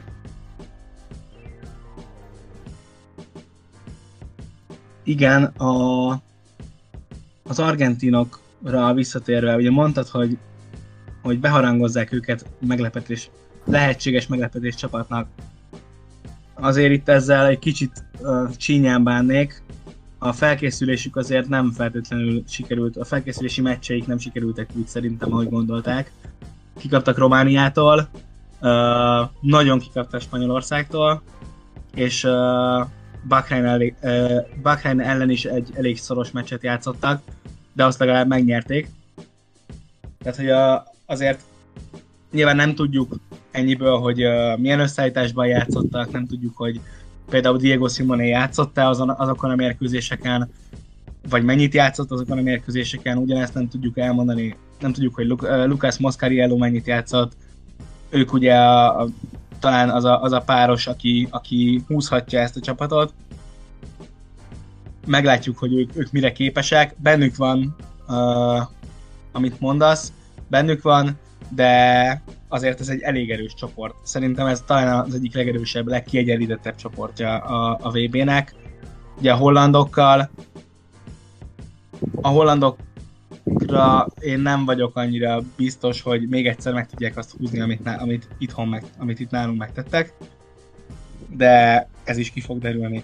Igen, az argentinokra visszatérve, ugye mondtad, hogy beharangozzák őket lehetséges meglepetés csapatnak. Azért itt ezzel egy kicsit csínyán bánnék. A felkészülésük azért nem feltétlenül sikerült, a felkészülési meccseik nem sikerültek úgy szerintem, ahogy gondolták. Kikaptak Romániától, nagyon kikaptak Spanyolországtól, és Bahrein ellen is egy elég szoros meccset játszottak, de azt legalább megnyerték. Tehát, hogy azért nyilván nem tudjuk ennyiből, hogy milyen összeállításban játszottak, nem tudjuk, hogy például Diego Simeone játszott-e azokon a mérkőzéseken, vagy mennyit játszott azokon a mérkőzéseken, ugyanezt nem tudjuk elmondani. Nem tudjuk, hogy Lucas Moscariello mennyit játszott. Ők ugye talán az a páros, aki húzhatja ezt a csapatot. Meglátjuk, hogy ők mire képesek. Bennük van, amit mondasz, bennük van, de azért ez egy elég erős csoport. Szerintem ez talán az egyik legerősebb, legkiegyenlítettebb csoportja a VB-nek. Ugye a hollandokra én nem vagyok annyira biztos, hogy még egyszer meg tudják azt húzni, amit itt nálunk megtettek. De ez is ki fog derülni.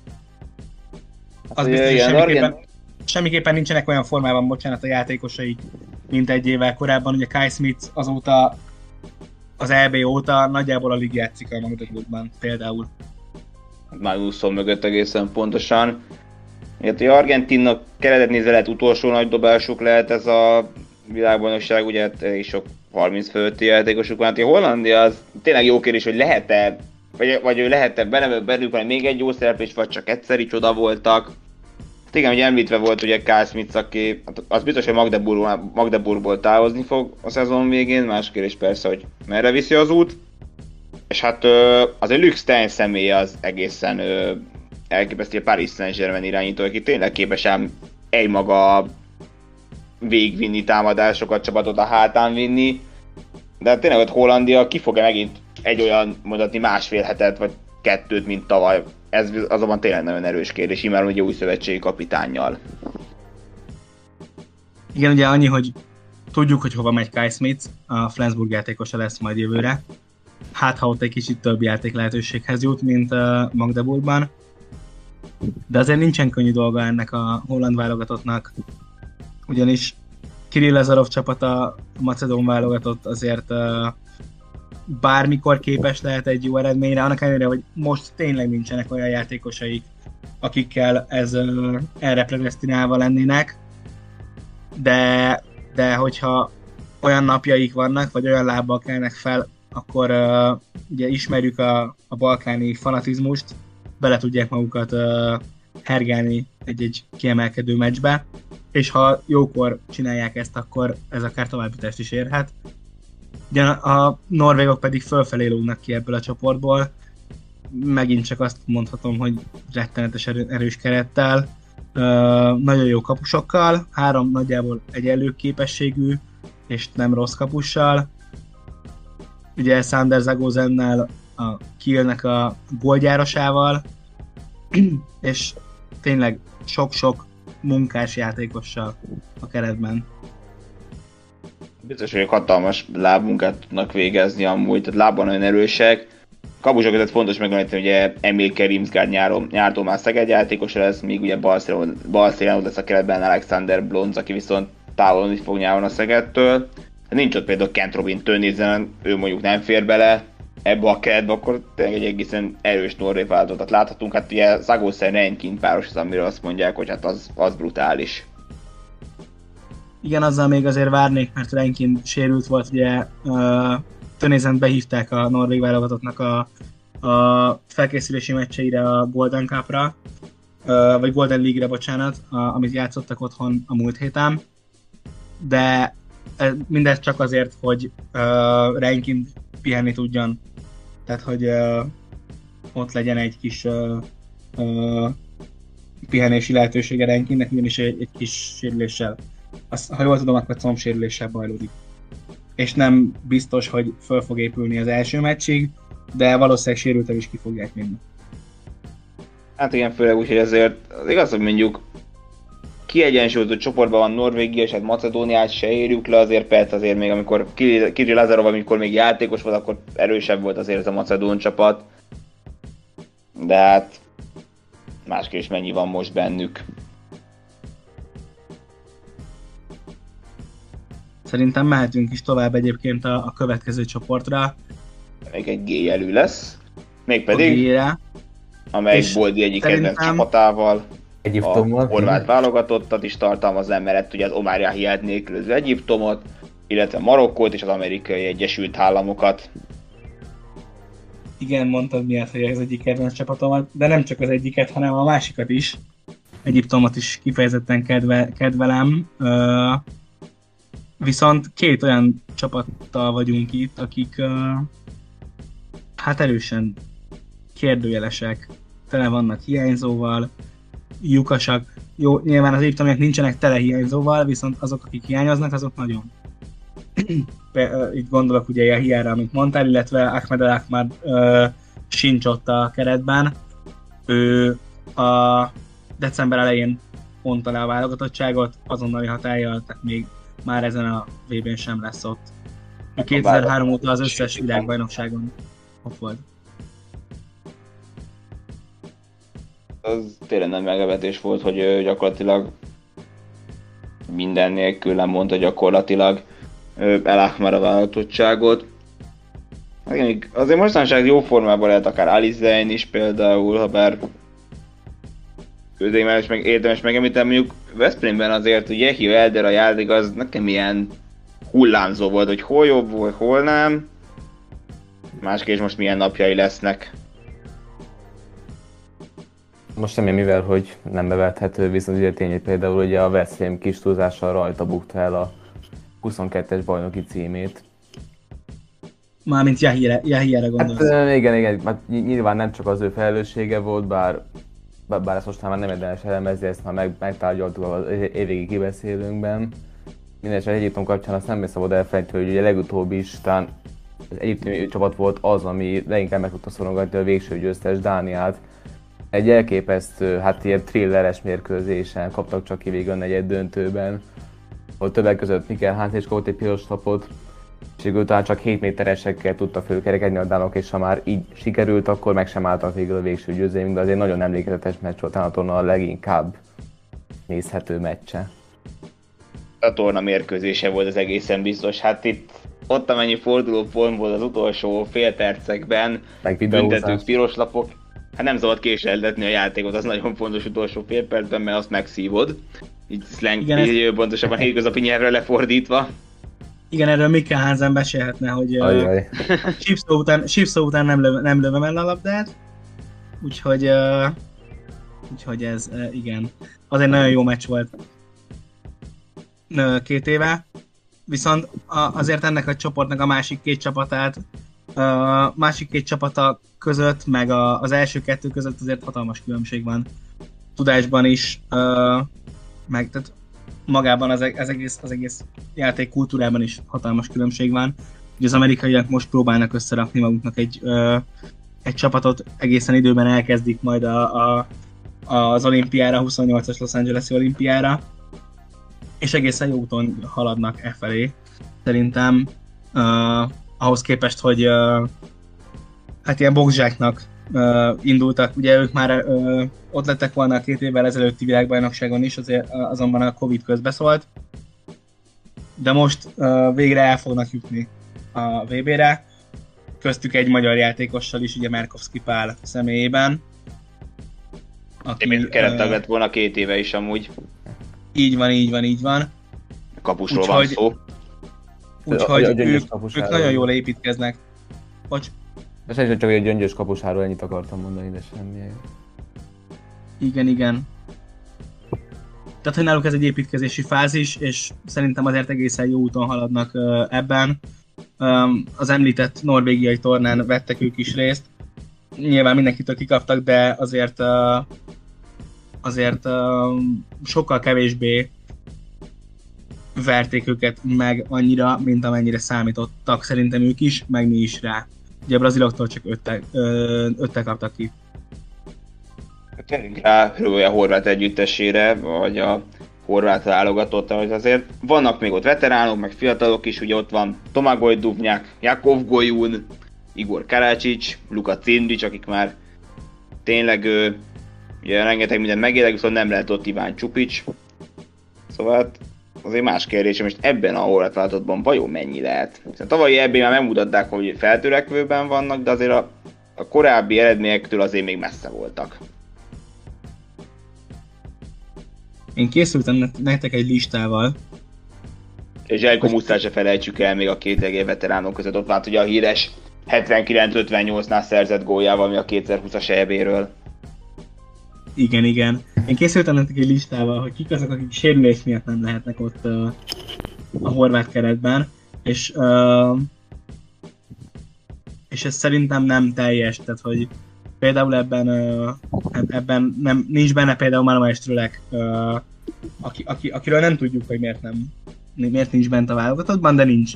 Az biztos, hogy semmiképpen nincsenek olyan formában, bocsánat, a játékosaik, mint egy évvel korábban. Ugye Kai Smith azóta, az EB óta nagyjából alig játszik a Magdeburgban például. Már 20 mögött egészen pontosan. Hát a Argentinnak keretet nézve lehet utolsó nagy dobásuk lehet ez a világbajnokság, ugye elég sok 30 fölötti játékosuk van. Hát a Hollandia az tényleg jó kérdés, hogy lehet-e, vagy lehet-e bennük van még egy jó szereplés, vagy csak egyszer is oda voltak. Hát igen, ugye említve volt ugye Carl Smith, aki az biztos, hogy Magdeburgból távozni fog a szezon végén, más kérdés persze, hogy merre viszi az út. És hát azért Luc Stein személye az egészen elképesztő, a Paris Saint-Germain irányító, aki tényleg képes ám egymaga végvinni támadásokat, csapatot a hátán vinni. De hát tényleg ott Hollandia ki fog-e megint egy olyan mondhatni másfél hetet vagy kettőt, mint tavaly. Ez azonban tényleg nagyon erős kérdés, immáron ugye új szövetségi kapitánnyal. Igen, ugye annyi, hogy tudjuk, hogy hova megy Kai Smith, a Flensburg játékosa lesz majd jövőre. Hát, ha ott egy kicsit több játék lehetőséghez jut, mint Magdeburgban. De azért nincsen könnyű dolga ennek a holland válogatottnak. Ugyanis Kirill Lazarov csapata, a macedón válogatott azért bármikor képes lehet egy jó eredményre, annak ellenére, hogy most tényleg nincsenek olyan játékosaik, akikkel erre predesztinálva lennének, de hogyha olyan napjaik vannak, vagy olyan lábbal kelnek fel, akkor ugye ismerjük a balkáni fanatizmust, bele tudják magukat hergelni egy kiemelkedő meccsbe, és ha jókor csinálják ezt, akkor ez akár továbbjutást is érhet. Ugye a norvégok pedig fölfelé lógnak ki ebből a csoportból, megint csak azt mondhatom, hogy rettenetes erős kerettel, nagyon jó kapusokkal, 3 nagyjából egyenlő képességű és nem rossz kapussal. Ugye Sander Zagozennel, a Kielnek a gólgyárosával, és tényleg sok-sok munkás játékossal a keretben. Biztos, hogy hatalmas lábmunkát tudnak végezni amúgy, tehát lábban nagyon erősek. Kapusok között fontos megemlíteni, ugye Emil Kerimsgaard nyártól már Szeged játékosa lesz, míg ugye balszélen lesz a keretben Alexander Blonz, aki viszont távolodni fog nyáron a Szegedtől. Ha nincs ott például Kent Robin Tönnissen, ő mondjuk nem fér bele ebbe a keretbe, akkor tényleg egy egészen erős norvég változatot láthatunk. Hát ugye Zagosen Reinkind páros az, amiről azt mondják, hogy hát az brutális. Igen, azzal még azért várnék, mert Reinkind sérült volt, ugye Tönnisent behívták a norvég válogatottnak a felkészülési meccseire a Golden Cup-ra, vagy Golden League-re, bocsánat, amit játszottak otthon a múlt héten, de mindez csak azért, hogy Reinkind pihenni tudjon, tehát hogy ott legyen egy kis pihenési lehetősége Reinkindnek, ugyanis egy kis sérüléssel, ha jól tudom, akkor combsérüléssel bajlódik. És nem biztos, hogy föl fog épülni az első meccsig, de valószínűleg sérülten is ki fogják vinni. Hát igen, főleg úgy, hogy ezért az igaz, hogy mondjuk kiegyensúlyozott csoportban van Norvégia, és hát Macedóniát se érjük le, azért persze azért még amikor Kirill Lazarov, amikor még játékos volt, akkor erősebb volt azért ez a macedón csapat. De hát másképp is mennyi van most bennük. Szerintem mehetünk is tovább egyébként a következő csoportra. Még egy G-jelű lesz, mégpedig amelyik Boldi egyik kedvenc csapatával, Egyiptommal. A horvát válogatottat is tartalmaz, emellett ugye az Omar Yahiát nélkülöző Egyiptomot, illetve Marokkót és az Amerikai Egyesült Államokat. Igen, mondtad miatt, hogy az egyik kedvenc csapatomat, de nem csak az egyiket, hanem a másikat is. Egyiptomot is kifejezetten kedvelem. Viszont 2 olyan csapattal vagyunk itt, akik hát erősen kérdőjelesek, tele vannak hiányzóval, lyukasak. Jó, nyilván az egyiptomiak nincsenek tele hiányzóval, viszont azok, akik hiányoznak, azok nagyon. Itt gondolok ugye a Hiára, amit mondtál, illetve Ahmed El Ahmad sincs ott a keretben. Ő a december elején mondta le a válogatottságot, azonnali hatállyal, tehát még már ezen a VB-n sem lesz ott. 2003 óta az összes világbajnokságon ott volt. Az tényleg nem meglepetés volt, hogy gyakorlatilag minden nélkül nem mondta gyakorlatilag El Ahmad a válogatottságot. Azért mostanság jó formában lehet akár Alice Zane is például, ha bár őt meg érdemes megemlíteni, mondjuk Veszprémben azért ugye Jehi Elder a játék az nekem ilyen hullámzó volt, hogy hol jobb volt, hol nem. Másképp most milyen napjai lesznek. Most semmi, mivel hogy nem bevethető, viszont ugye tény, hogy például ugye a Veszprém kis túlzással rajta bukta el a 22-es bajnoki címét. Mármint Yahire gondolsz. Hát igen, hát nyilván nem csak az ő felelőssége volt, bár ezt most már nem érdemes elemezni, ezt már megtárgyaltuk az évvégi kibeszélőnkben. Mindenesetre Egyiptom kapcsán azt nem szabad elfelejteni, hogy ugye legutóbb is talán az egyiptomi csapat volt az, ami leginkább meg tudta szorongatni a végső győztes Dániát. Egy elképesztő, hát ilyen thrilleres mérkőzésen kaptak csak ki végül a negyed döntőben. Ott többek között Mikkel Hansen kapott egy piros lapot, és végül talán csak 7 méteresekkel tudta fölkerekedni a dánok, és ha már így sikerült, akkor meg sem álltak végül a végső győzelmig, de azért nagyon emlékezetes meccs volt, talán a torna a leginkább nézhető meccse. A torna mérkőzése volt az egészen biztos, hát ott amennyi fordulópont volt az utolsó fél percekben, büntetők, piros lapok, hát nem szabad késleltetni a játékot, az nagyon fontos utolsó fél percben, mert azt megszívod. Így pontosabban hétköznapi nyelvre lefordítva. Igen, erről Mikkel Hansen beszélhetne, hogy Ajaj. Chipso után nem lövöm el a labdát, úgyhogy ez igen. Az egy nagyon jó meccs volt 2 éve, viszont azért ennek a csoportnak a másik két csapata között, meg az első 2 között azért hatalmas különbség van. Tudásban is, meg tehát magában az egész játék kultúrában is hatalmas különbség van. Ugye az amerikaiak most próbálnak összerakni maguknak egy csapatot, egészen időben elkezdik majd az olimpiára, 28-as Los Angeles-i olimpiára, és egészen jó úton haladnak e felé. Szerintem ahhoz képest, hogy hát ilyen boxzsáknak indultak, ugye ők már ott lettek volna a 2 évvel ezelőtti világbajnokságon is, azért azonban a Covid közbeszólt, de most végre el fognak jutni a VB-re, köztük egy magyar játékossal is, ugye Merkovszki Pál személyében. Aki kerettag lett volna 2 éve is amúgy. Így van. Kapusról van szó. Úgyhogy ők nagyon jól építkeznek. Bocs. Szerintem csak egy gyöngyös kapusáról ennyit akartam mondani, de semmi. Igen. Tehát, hogy náluk ez egy építkezési fázis, és szerintem azért egészen jó úton haladnak ebben. Az említett norvégiai tornán vettek ők is részt. Nyilván mindenkitől kikaptak, de azért sokkal kevésbé verték őket meg annyira, mint amennyire számítottak szerintem ők is, meg mi is rá. Ugye a braziloktól csak 5-tel kaptak ki. Térjünk rá a horvát együttesére, vagy a horvát válogatottra, hogy azért vannak még ott veteránok, meg fiatalok is, ugye ott van Tomagoj Duvnyák, Jakov Gojun, Igor Karácsics, Luka Cindric, akik már tényleg ugye rengeteg mindent megélek, viszont nem lehet ott Iván Csupics. Szóval hát azért más kérdés, most ebben a horvát válogatottban vajon mennyi lehet? Hiszen tavalyi ebben már megmutatták, hogy feltörekvőben vannak, de azért a korábbi eredményektől azért még messze voltak. Én készültem nektek egy listával. És Zselko Musztát se felejtsük el még a 2 egér veteránok között. Ott van ugye a híres 79-58-nál szerzett góljával, ami a 2020-as EB-ről. Igen. Én készültem nektek egy listával, hogy kik azok, akik sérülés miatt nem lehetnek ott a horvát keretben, és ez szerintem nem teljes, tehát hogy például ebben nincs benne például Malmö Strölek, akiről nem tudjuk, hogy miért nincs bent a válogatottban, de nincs.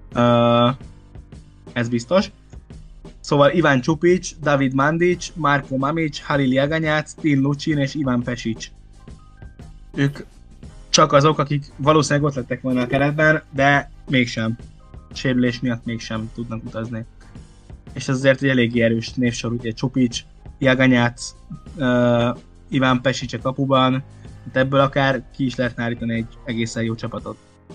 Ez biztos. Szóval Iván Csupics, David Mandic, Marko Mamic, Halil Jaganyác, Tin Lucsin és Ivan Pesic. Ők csak azok, akik valószínűleg ott lettek volna a keretben, de mégsem. Sérülés miatt mégsem tudnak utazni. És ez azért egy eléggé erős névsor, ugye Csupics, Jaganyác, Ivan Pesic a kapuban, hát ebből akár ki is lehetne állítani egy egészen jó csapatot.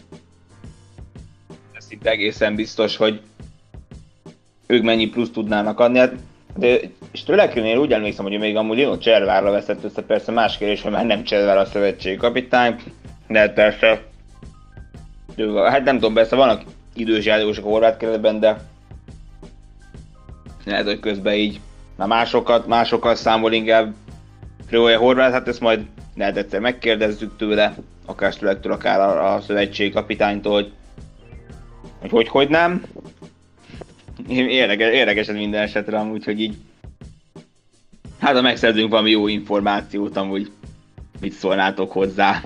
Ez itt egészen biztos, hogy ők mennyi plusz tudnának adni. Hát, és Ströleknél úgy emlékszem, hogy még amúgy Lino Cservárra veszett össze, persze más kérdés, hogy már nem Cservár a szövetségi kapitány, de persze, hát nem tudom, persze vannak idős játékosok a horvát keretben, de lehet, hogy közben így már másokkal számol inkább Fröhoje Horváth, hát ezt majd lehet egyszer megkérdezzük tőle, akár Strölektől, akár a szövetségi kapitánytól, hogy nem. Érdekes ez minden esetre amúgy, hogy így hát ha megszerzünk valami jó információt, amúgy mit szólnátok hozzá?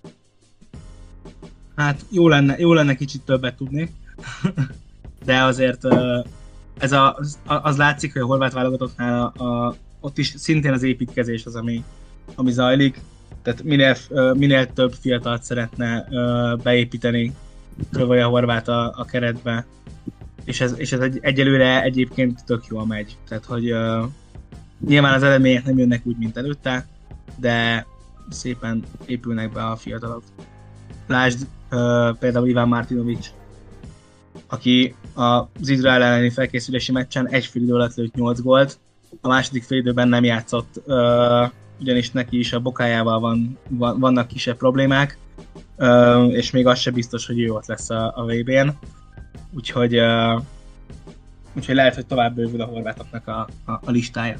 Hát jó lenne kicsit többet tudni, de azért az látszik, hogy a horvát válogatottnál ott is szintén az építkezés az, ami zajlik, tehát minél több fiatalt szeretne beépíteni Krövoja Horváth a keretbe, és ez egyelőre egyébként tök jól megy, tehát hogy nyilván az eredmények nem jönnek úgy, mint előtte, de szépen épülnek be a fiatalok. Lásd például Iván Martinovic, aki az Izrael elleni felkészülési meccsen egy fél idő alatt lőtt 8 gólt, a második fél időben nem játszott, ugyanis neki is a bokájával vannak kisebb problémák, és még az se biztos, hogy ő ott lesz a VB-n. Úgyhogy lehet, hogy tovább bővül a horvátoknak a listája.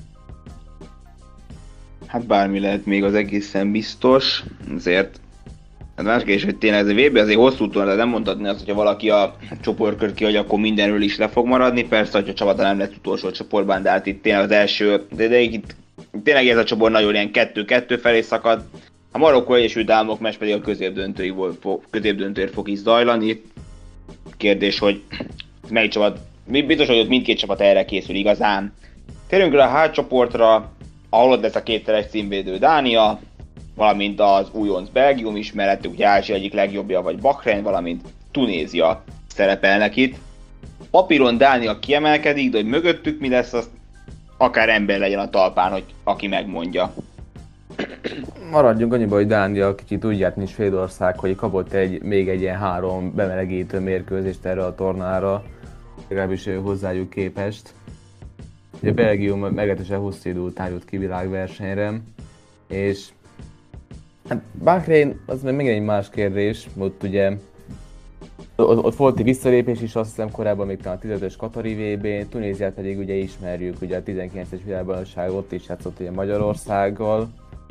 Hát bármi lehet még, az egészen biztos, azért hát más kérdés, hogy tényleg ez a VB azért hosszú torna, nem mondhatni azt, hogyha valaki a csoportkört kihagy, akkor mindenről is le fog maradni. Persze, hogyha csapata nem lesz utolsó csoportban, de hát itt tényleg az első, de itt tényleg ez a csoport nagyon ilyen 2-2 felé szakad. A Marokkó Egyesült Államok meccs pedig a középdöntőért fog is zajlani. Kérdés, hogy melyik csapat, biztos, hogy ott mindkét csapat erre készül igazán. Térjünk rá a H csoportra, ahol ott lesz a kétszeres címvédő Dánia, valamint az újonc Belgium is, mellettük ugye Ázsia egyik legjobbja vagy Bahrein, valamint Tunézia szerepelnek itt. Papíron Dánia kiemelkedik, de hogy mögöttük mi lesz, azt akár ember legyen a talpán, hogy aki megmondja. Maradjunk annyiba, hogy Dánia kicsit úgy járt, mint Svédország, hogy kapott még egy ilyen 3 bemelegítő mérkőzést erre a tornára, legalábbis hozzájuk képest. Ugye Belgium meglehetősen hosszú idő után jut ki világversenyre, és hát Bahrein az még egy más kérdés, ott ugye ott volt egy visszalépés is, azt hiszem korábban még talán a 15-ös Katari VB-n, Tunéziát pedig ugye ismerjük, ugye a 19-es világbajnokság ott is játszott ugye Magyarországgal.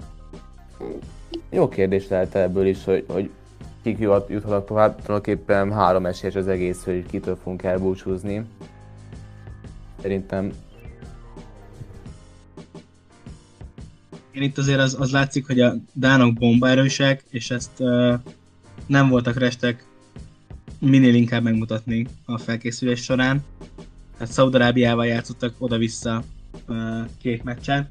Jó kérdés lehet ebből is, hogy kik juthatnak tovább, tulajdonképpen 3 esélyes az egész, hogy kitől fogunk elbúcsúzni. Szerintem Én itt azért az látszik, hogy a dánok bombaerősek, és ezt nem voltak restek minél inkább megmutatni a felkészülés során. Tehát Szaúd-Arábiával játszottak oda-vissza 2 meccsen.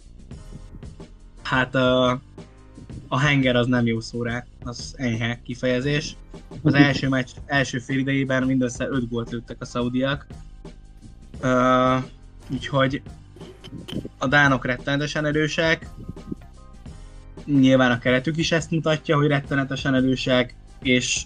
Hát a henger az nem jó szó rá, az enyhe kifejezés. Az első meccs első fél idejében mindössze 5 gólt lőttek a szaudiak. Úgyhogy a dánok rettenetesen erősek. Nyilván a keretük is ezt mutatja, hogy rettenetesen erősek, és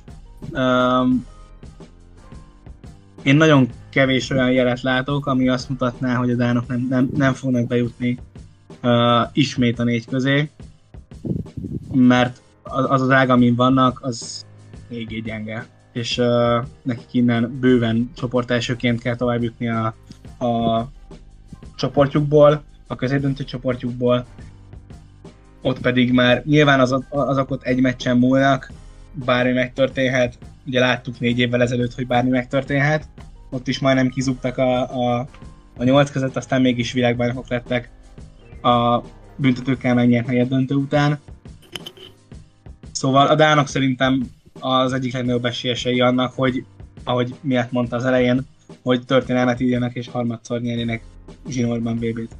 én nagyon kevés olyan jelet látok, ami azt mutatná, hogy a dánok nem fognak bejutni ismét a 4 közé, mert az ág, amin vannak, az eléggé gyenge, és nekik innen bőven csoportelsőként kell tovább jutni a csoportjukból, a középdöntő csoportjukból, ott pedig már nyilván azok ott egy meccsen múlnak, bármi megtörténhet, ugye láttuk 4 évvel ezelőtt, hogy bármi megtörténhet, ott is majdnem kizugtak a 8 között, aztán mégis világbajnokok lettek a büntetőkkel megnyert negyeddöntő után. Szóval a dánok szerintem az egyik legnagyobb esélyesei annak, hogy ahogy Miát mondta az elején, hogy történelmet írjanak és harmadszor nyerjenek zsinórban VB-t.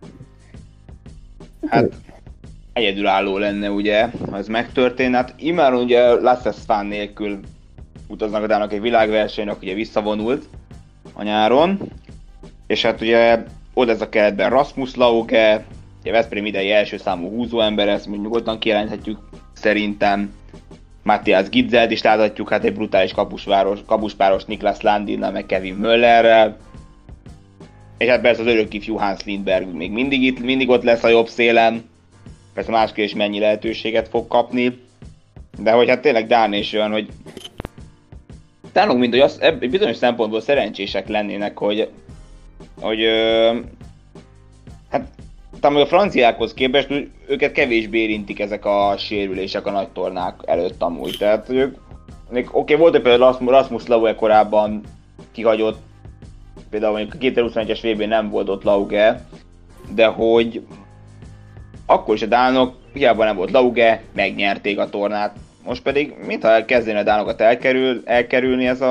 Hát egyedülálló lenne ugye, ha ez megtörténne. Hát immáron ugye Lasse Svan nélkül utaznak a dánok egy világversenynek, ugye visszavonult a nyáron. És hát ugye oda ez a keretben Rasmus Lauge, ugye Veszprém idei első számú húzóember, ezt mondjuk nyugodtan kijelenthetjük szerintem. Matthias Gidzelt is láthatjuk, hát egy brutális kapuspáros Niklas Landinnal, meg Kevin Möllerrel. És hát persze az örök ifjú Hans Lindberg még mindig ott lesz a jobb szélen. Persze másképp is mennyi lehetőséget fog kapni. De hogy hát tényleg Dán is olyan, hogy Dánok mint hogy bizonyos szempontból szerencsések lennének, hogy hát talán a franciákhoz képest őket kevésbé érintik ezek a sérülések a nagy tornák előtt amúgy. Tehát ők, oké, volt például Rasmus Lauge korábban kihagyott, például mondjuk a 2021-es VB nem volt ott Lauge, de hogy akkor is a dánok, hiába nem volt Lauge, megnyerték a tornát. Most pedig, mintha kezdene a dánokat elkerülni ez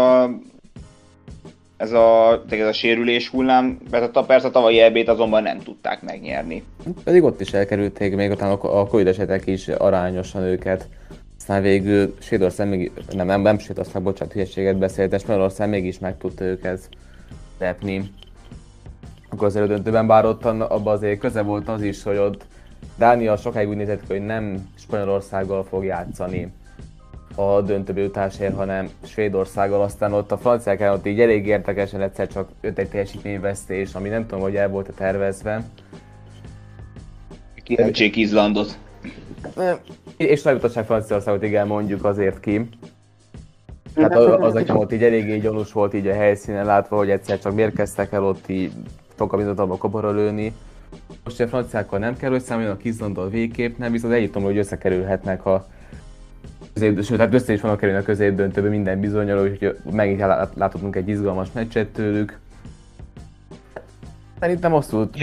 a sérülés hullám, persze a tavalyi EB-t azonban nem tudták megnyerni. Pedig ott is elkerülték, még utána a Covid esetek is arányosan őket. Aztán végül Svédország nem Svédország, bocsánat, hülyeséget beszéltem, Spanyolország mégis meg tudta őket repni. Akkor az elődöntőben, bár ott abban azért köze volt az is, hogy ott Dánia sokáig úgy nézett ki, hogy nem Spanyolországgal fog játszani a döntőbe jutásért, hanem Svédországgal, aztán ott a franciák ellen ott így elég érdekesen egyszer csak jött egy teljesítményvesztés, ami nem tudom, hogy el volt tervezve. Kieltsék Izlandot. És Nagybutaság Franciaországot igen mondjuk azért ki. Tehát az nekem ott így eléggé gyanús volt így a helyszínen látva, hogy egyszer csak miért kezdtek el ott így sokkal bizonytalanul kopora lőni. Most a franciákkal nem kell, hogy számoljanak Izlandal végképp, nem, viszont Egyiptomról, hogy összekerülhetnek a sőt, hát össze is vannak kerülni a középdöntőbe minden bizonnyal, úgyhogy megint láthatunk egy izgalmas meccset tőlük. Szerintem abszolút...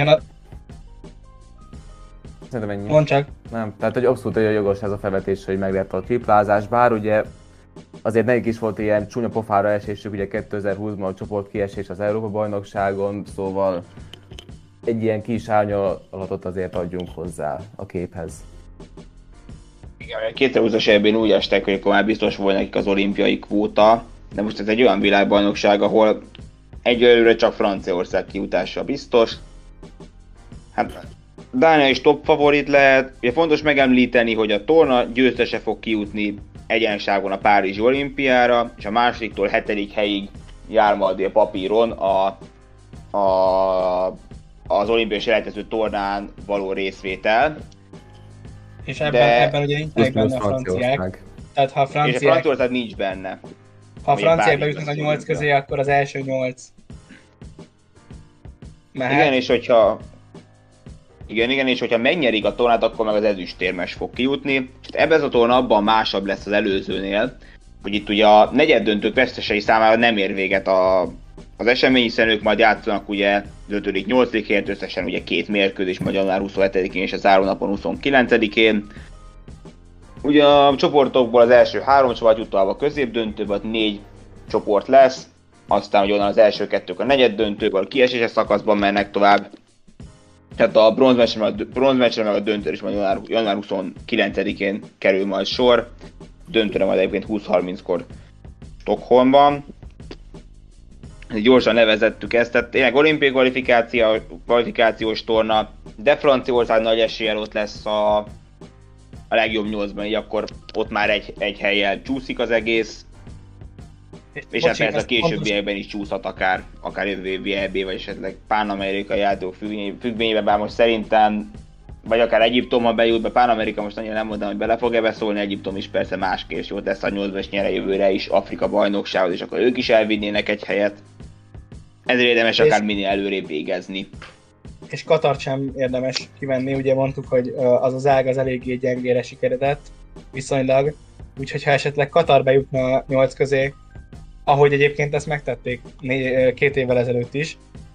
Szerintem ennyi. Mondd csak. Nem, tehát hogy abszolút olyan jogos ez a felvetés, hogy meg lett a triplázás, bár ugye azért nekik is volt ilyen csúnya pofára esésük, ugye 2020-ban a csoportkiesés az Európa-bajnokságon, szóval egy ilyen kis árnyalatot azért adjunk hozzá a képhez. Igen, 2020-as évben úgy estek, hogy akkor már biztos volt nekik az olimpiai kvóta, de most ez egy olyan világbajnokság, ahol egyelőre csak Franciaország kijutása biztos. Hát Dánia is top favorit lehet. Ugye fontos megemlíteni, hogy a torna győztese fog kijutni egyenságon a Párizsi olimpiára, és a másodiktól 7. helyig jár majd a papíron az olimpiai selejtező tornán való részvétel. És ebben ugye nincsenek benne a franciák. Tehát ha a franciák... És a Franciaország nincs benne. Ha a franciák bejutnak a 8 közé, akkor az első 8. Igen, és hogyha megnyerik a tornát, akkor meg az ezüstérmes fog kijutni. És ebben az a torna abban másabb lesz az előzőnél, hogy itt ugye a negyeddöntők vesztesei számára nem ér véget az esemény, hiszen ők majd játszanak ugye 5.-8. helyet, összesen ugye 2 mérkőzés, majd január 27-én és a zárónapon 29-én. Ugye a csoportokból az első 3 csapat jut tovább a középdöntőbe, 4 csoport lesz, aztán ugye onnan az első 2 a negyeddöntőből kieséses szakaszban mennek tovább. Tehát a bronzmeccsre meg a döntőre is majd január 29-én kerül majd sor. Döntőre majd egyébként 20:30-kor Stockholmban. Gyorsan nevezettük ezt, tehát tényleg olimpiai kvalifikációs torna, de Franciaország nagy eséllyel ott lesz a legjobb 8-ban, így akkor ott már egy hellyel csúszik az egész. És hát persze a későbbiekben is csúszhat akár jövő évi EB, vagy esetleg pán-amerikai játékok függvényében, bár most szerintem, vagy akár Egyiptom, ha bejut be, Pán-Amerika most annyira nem mondom, hogy bele fog-e beszólni, Egyiptom is persze másképp jót lesz a 8-ban, és nyere jövőre is Afrika bajnoksághoz, és akkor ők is elvinnének egy helyet. Ezért érdemes akár minél előrébb végezni. És Katart sem érdemes kivenni, ugye mondtuk, hogy az ág az eléggé gyengére sikeredett, viszonylag. Úgyhogy ha esetleg Katar bejutna a 8 közé, ahogy egyébként ezt megtették 2 évvel ezelőtt is,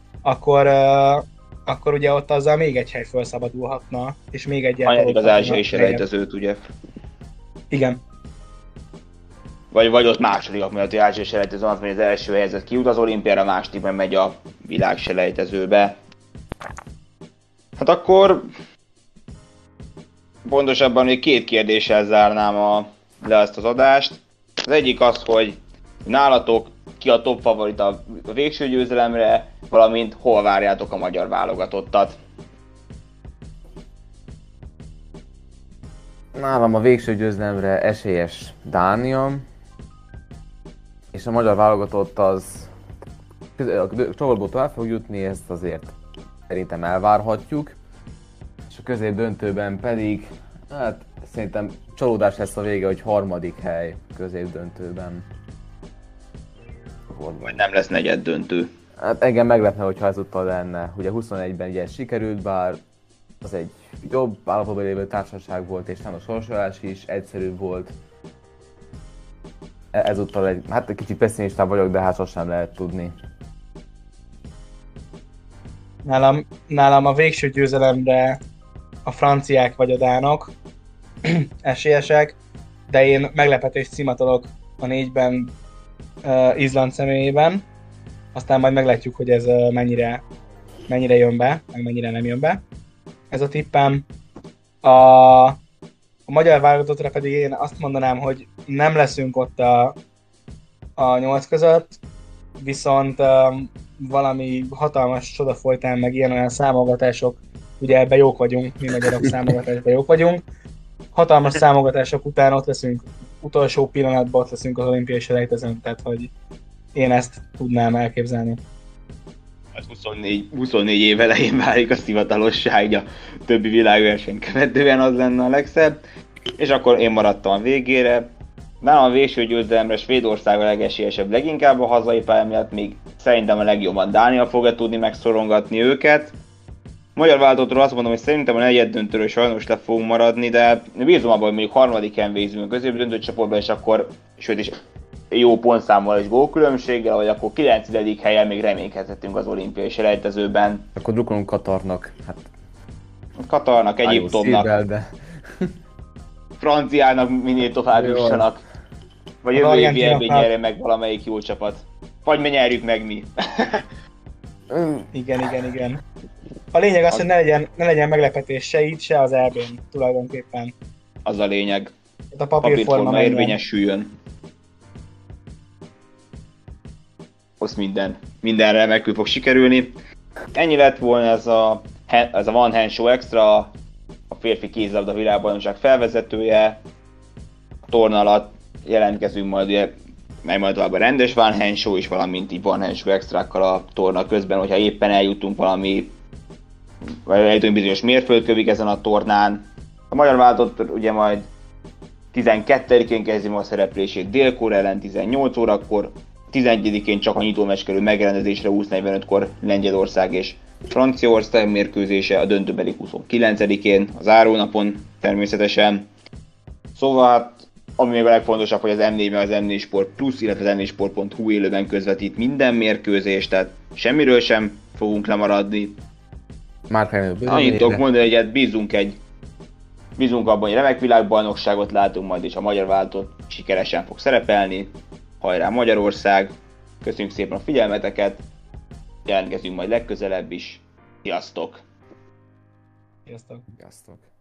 akkor ugye ott azzal még egy hely felszabadulhatna, és még egy az ázsiai selejtezőt, ugye? Igen. Vagy ott másodikak miatt az ázsiai selejtező, az, hogy az első helyzet kijut az olimpiára, másodikban megy a világ selejtezőbe. Hát akkor pontosabban még 2 kérdéssel zárnám le ezt az adást. Az egyik az, hogy nálatok ki a top favorit a végső győzelemre, valamint hol várjátok a magyar válogatottat? Nálam a végső győzelemre esélyes Dánia, és a magyar válogatott az a csoportból tovább fog jutni, ezt azért szerintem elvárhatjuk. És a középdöntőben pedig, hát szerintem csalódás lesz a vége, hogy 3. hely középdöntőben. Vagy nem lesz negyeddöntő. Hát engem meglepne, hogyha ezúttal lenne. Ugye 21-ben ugye sikerült, bár az egy jobb állapotban lévő társaság volt, és nem a sorsolás is egyszerűbb volt. Ezúttal hát egy kicsit pessimistább vagyok, de hát sosem lehet tudni. Nálam a végső győzelemre a franciák vagy a dánok esélyesek, de én meglepetést szimatolok a 4-ben Izland személyében. Aztán majd meglátjuk, hogy ez mennyire jön be, meg mennyire nem jön be. Ez a tippem. A magyar válogatottra pedig én azt mondanám, hogy nem leszünk ott a 8 között, viszont valami hatalmas csoda folytán, meg ilyen-olyan számogatások, ugye ebben jók vagyunk, mi magyarok számogatásban jók vagyunk. Hatalmas számogatások után ott leszünk, utolsó pillanatban ott leszünk az olimpiai selejtezőn, tehát hogy én ezt tudnám elképzelni. Az 24 év elején válik a hivatalosság, a többi világverseny követően az lenne a legszebb. És akkor én maradtam a végére. Nálam a végső győzelemre Svédország a legesélyesebb, leginkább a hazai pálya miatt, még szerintem a legjobban Dánia fogja tudni megszorongatni őket. Magyar válogatottról azt mondom, hogy szerintem a negyeddöntőről sajnos le fogunk maradni, de bízom abban, hogy mondjuk harmadikán végzünk a középdöntő csoportban, és akkor, sőt is jó pontszámmal és gólkülönbséggel, vagy akkor 9. helyen még reménykedhetünk az olimpiai selejtezőben. Akkor drukkolunk Katarnak. Hát, Katarnak, Egyiptomnak, de... Franciának minél tovább Jó. jussanak. Vagy Az jövő évi argentinoknak. EB nyerje meg valamelyik jó csapat. Vagy mi nyerjük meg mi. Igen. A lényeg az, hogy ne legyen meglepetés se itt, se az EB-n tulajdonképpen. Az a lényeg. A papírforma Papírforma menjen. érvényesüljön. Azt minden remekül fog sikerülni. Ennyi lett volna ez a One Hand Show Extra, a férfi kézilabda világbajnokság felvezetője. A torna alatt jelentkezünk majd, ugye, majd tovább a rendes One Hand Show is, valamint így One Hand Show Extrákkal a torna közben, hogyha éppen eljutunk vagy eljutunk bizonyos mérföldkövig ezen a tornán. A magyar válogatott ugye majd 12-én kezdi a szereplését Dél-Korea ellen 18 órakor, 11-én csak a nyitómeccs kerül megrendezésre 20:45-kor Lengyelország és Franciaország mérkőzése, a döntőbeli 29-én, a zárónapon természetesen. Szóval hát, ami még a legfontosabb, hogy az M4 meg az M4 Sport Plus, illetve az m4sport.hu élőben közvetít minden mérkőzést, tehát semmiről sem fogunk lemaradni. Annyit tudok mondani, hogy hát bízunk abban, hogy remek világbajnokságot látunk majd, és a magyar válogatott sikeresen fog szerepelni. Hajrá Magyarország! Köszönjük szépen a figyelmeteket! Jelentkezünk majd legközelebb is. Sziasztok! Sziasztok! Sziasztok.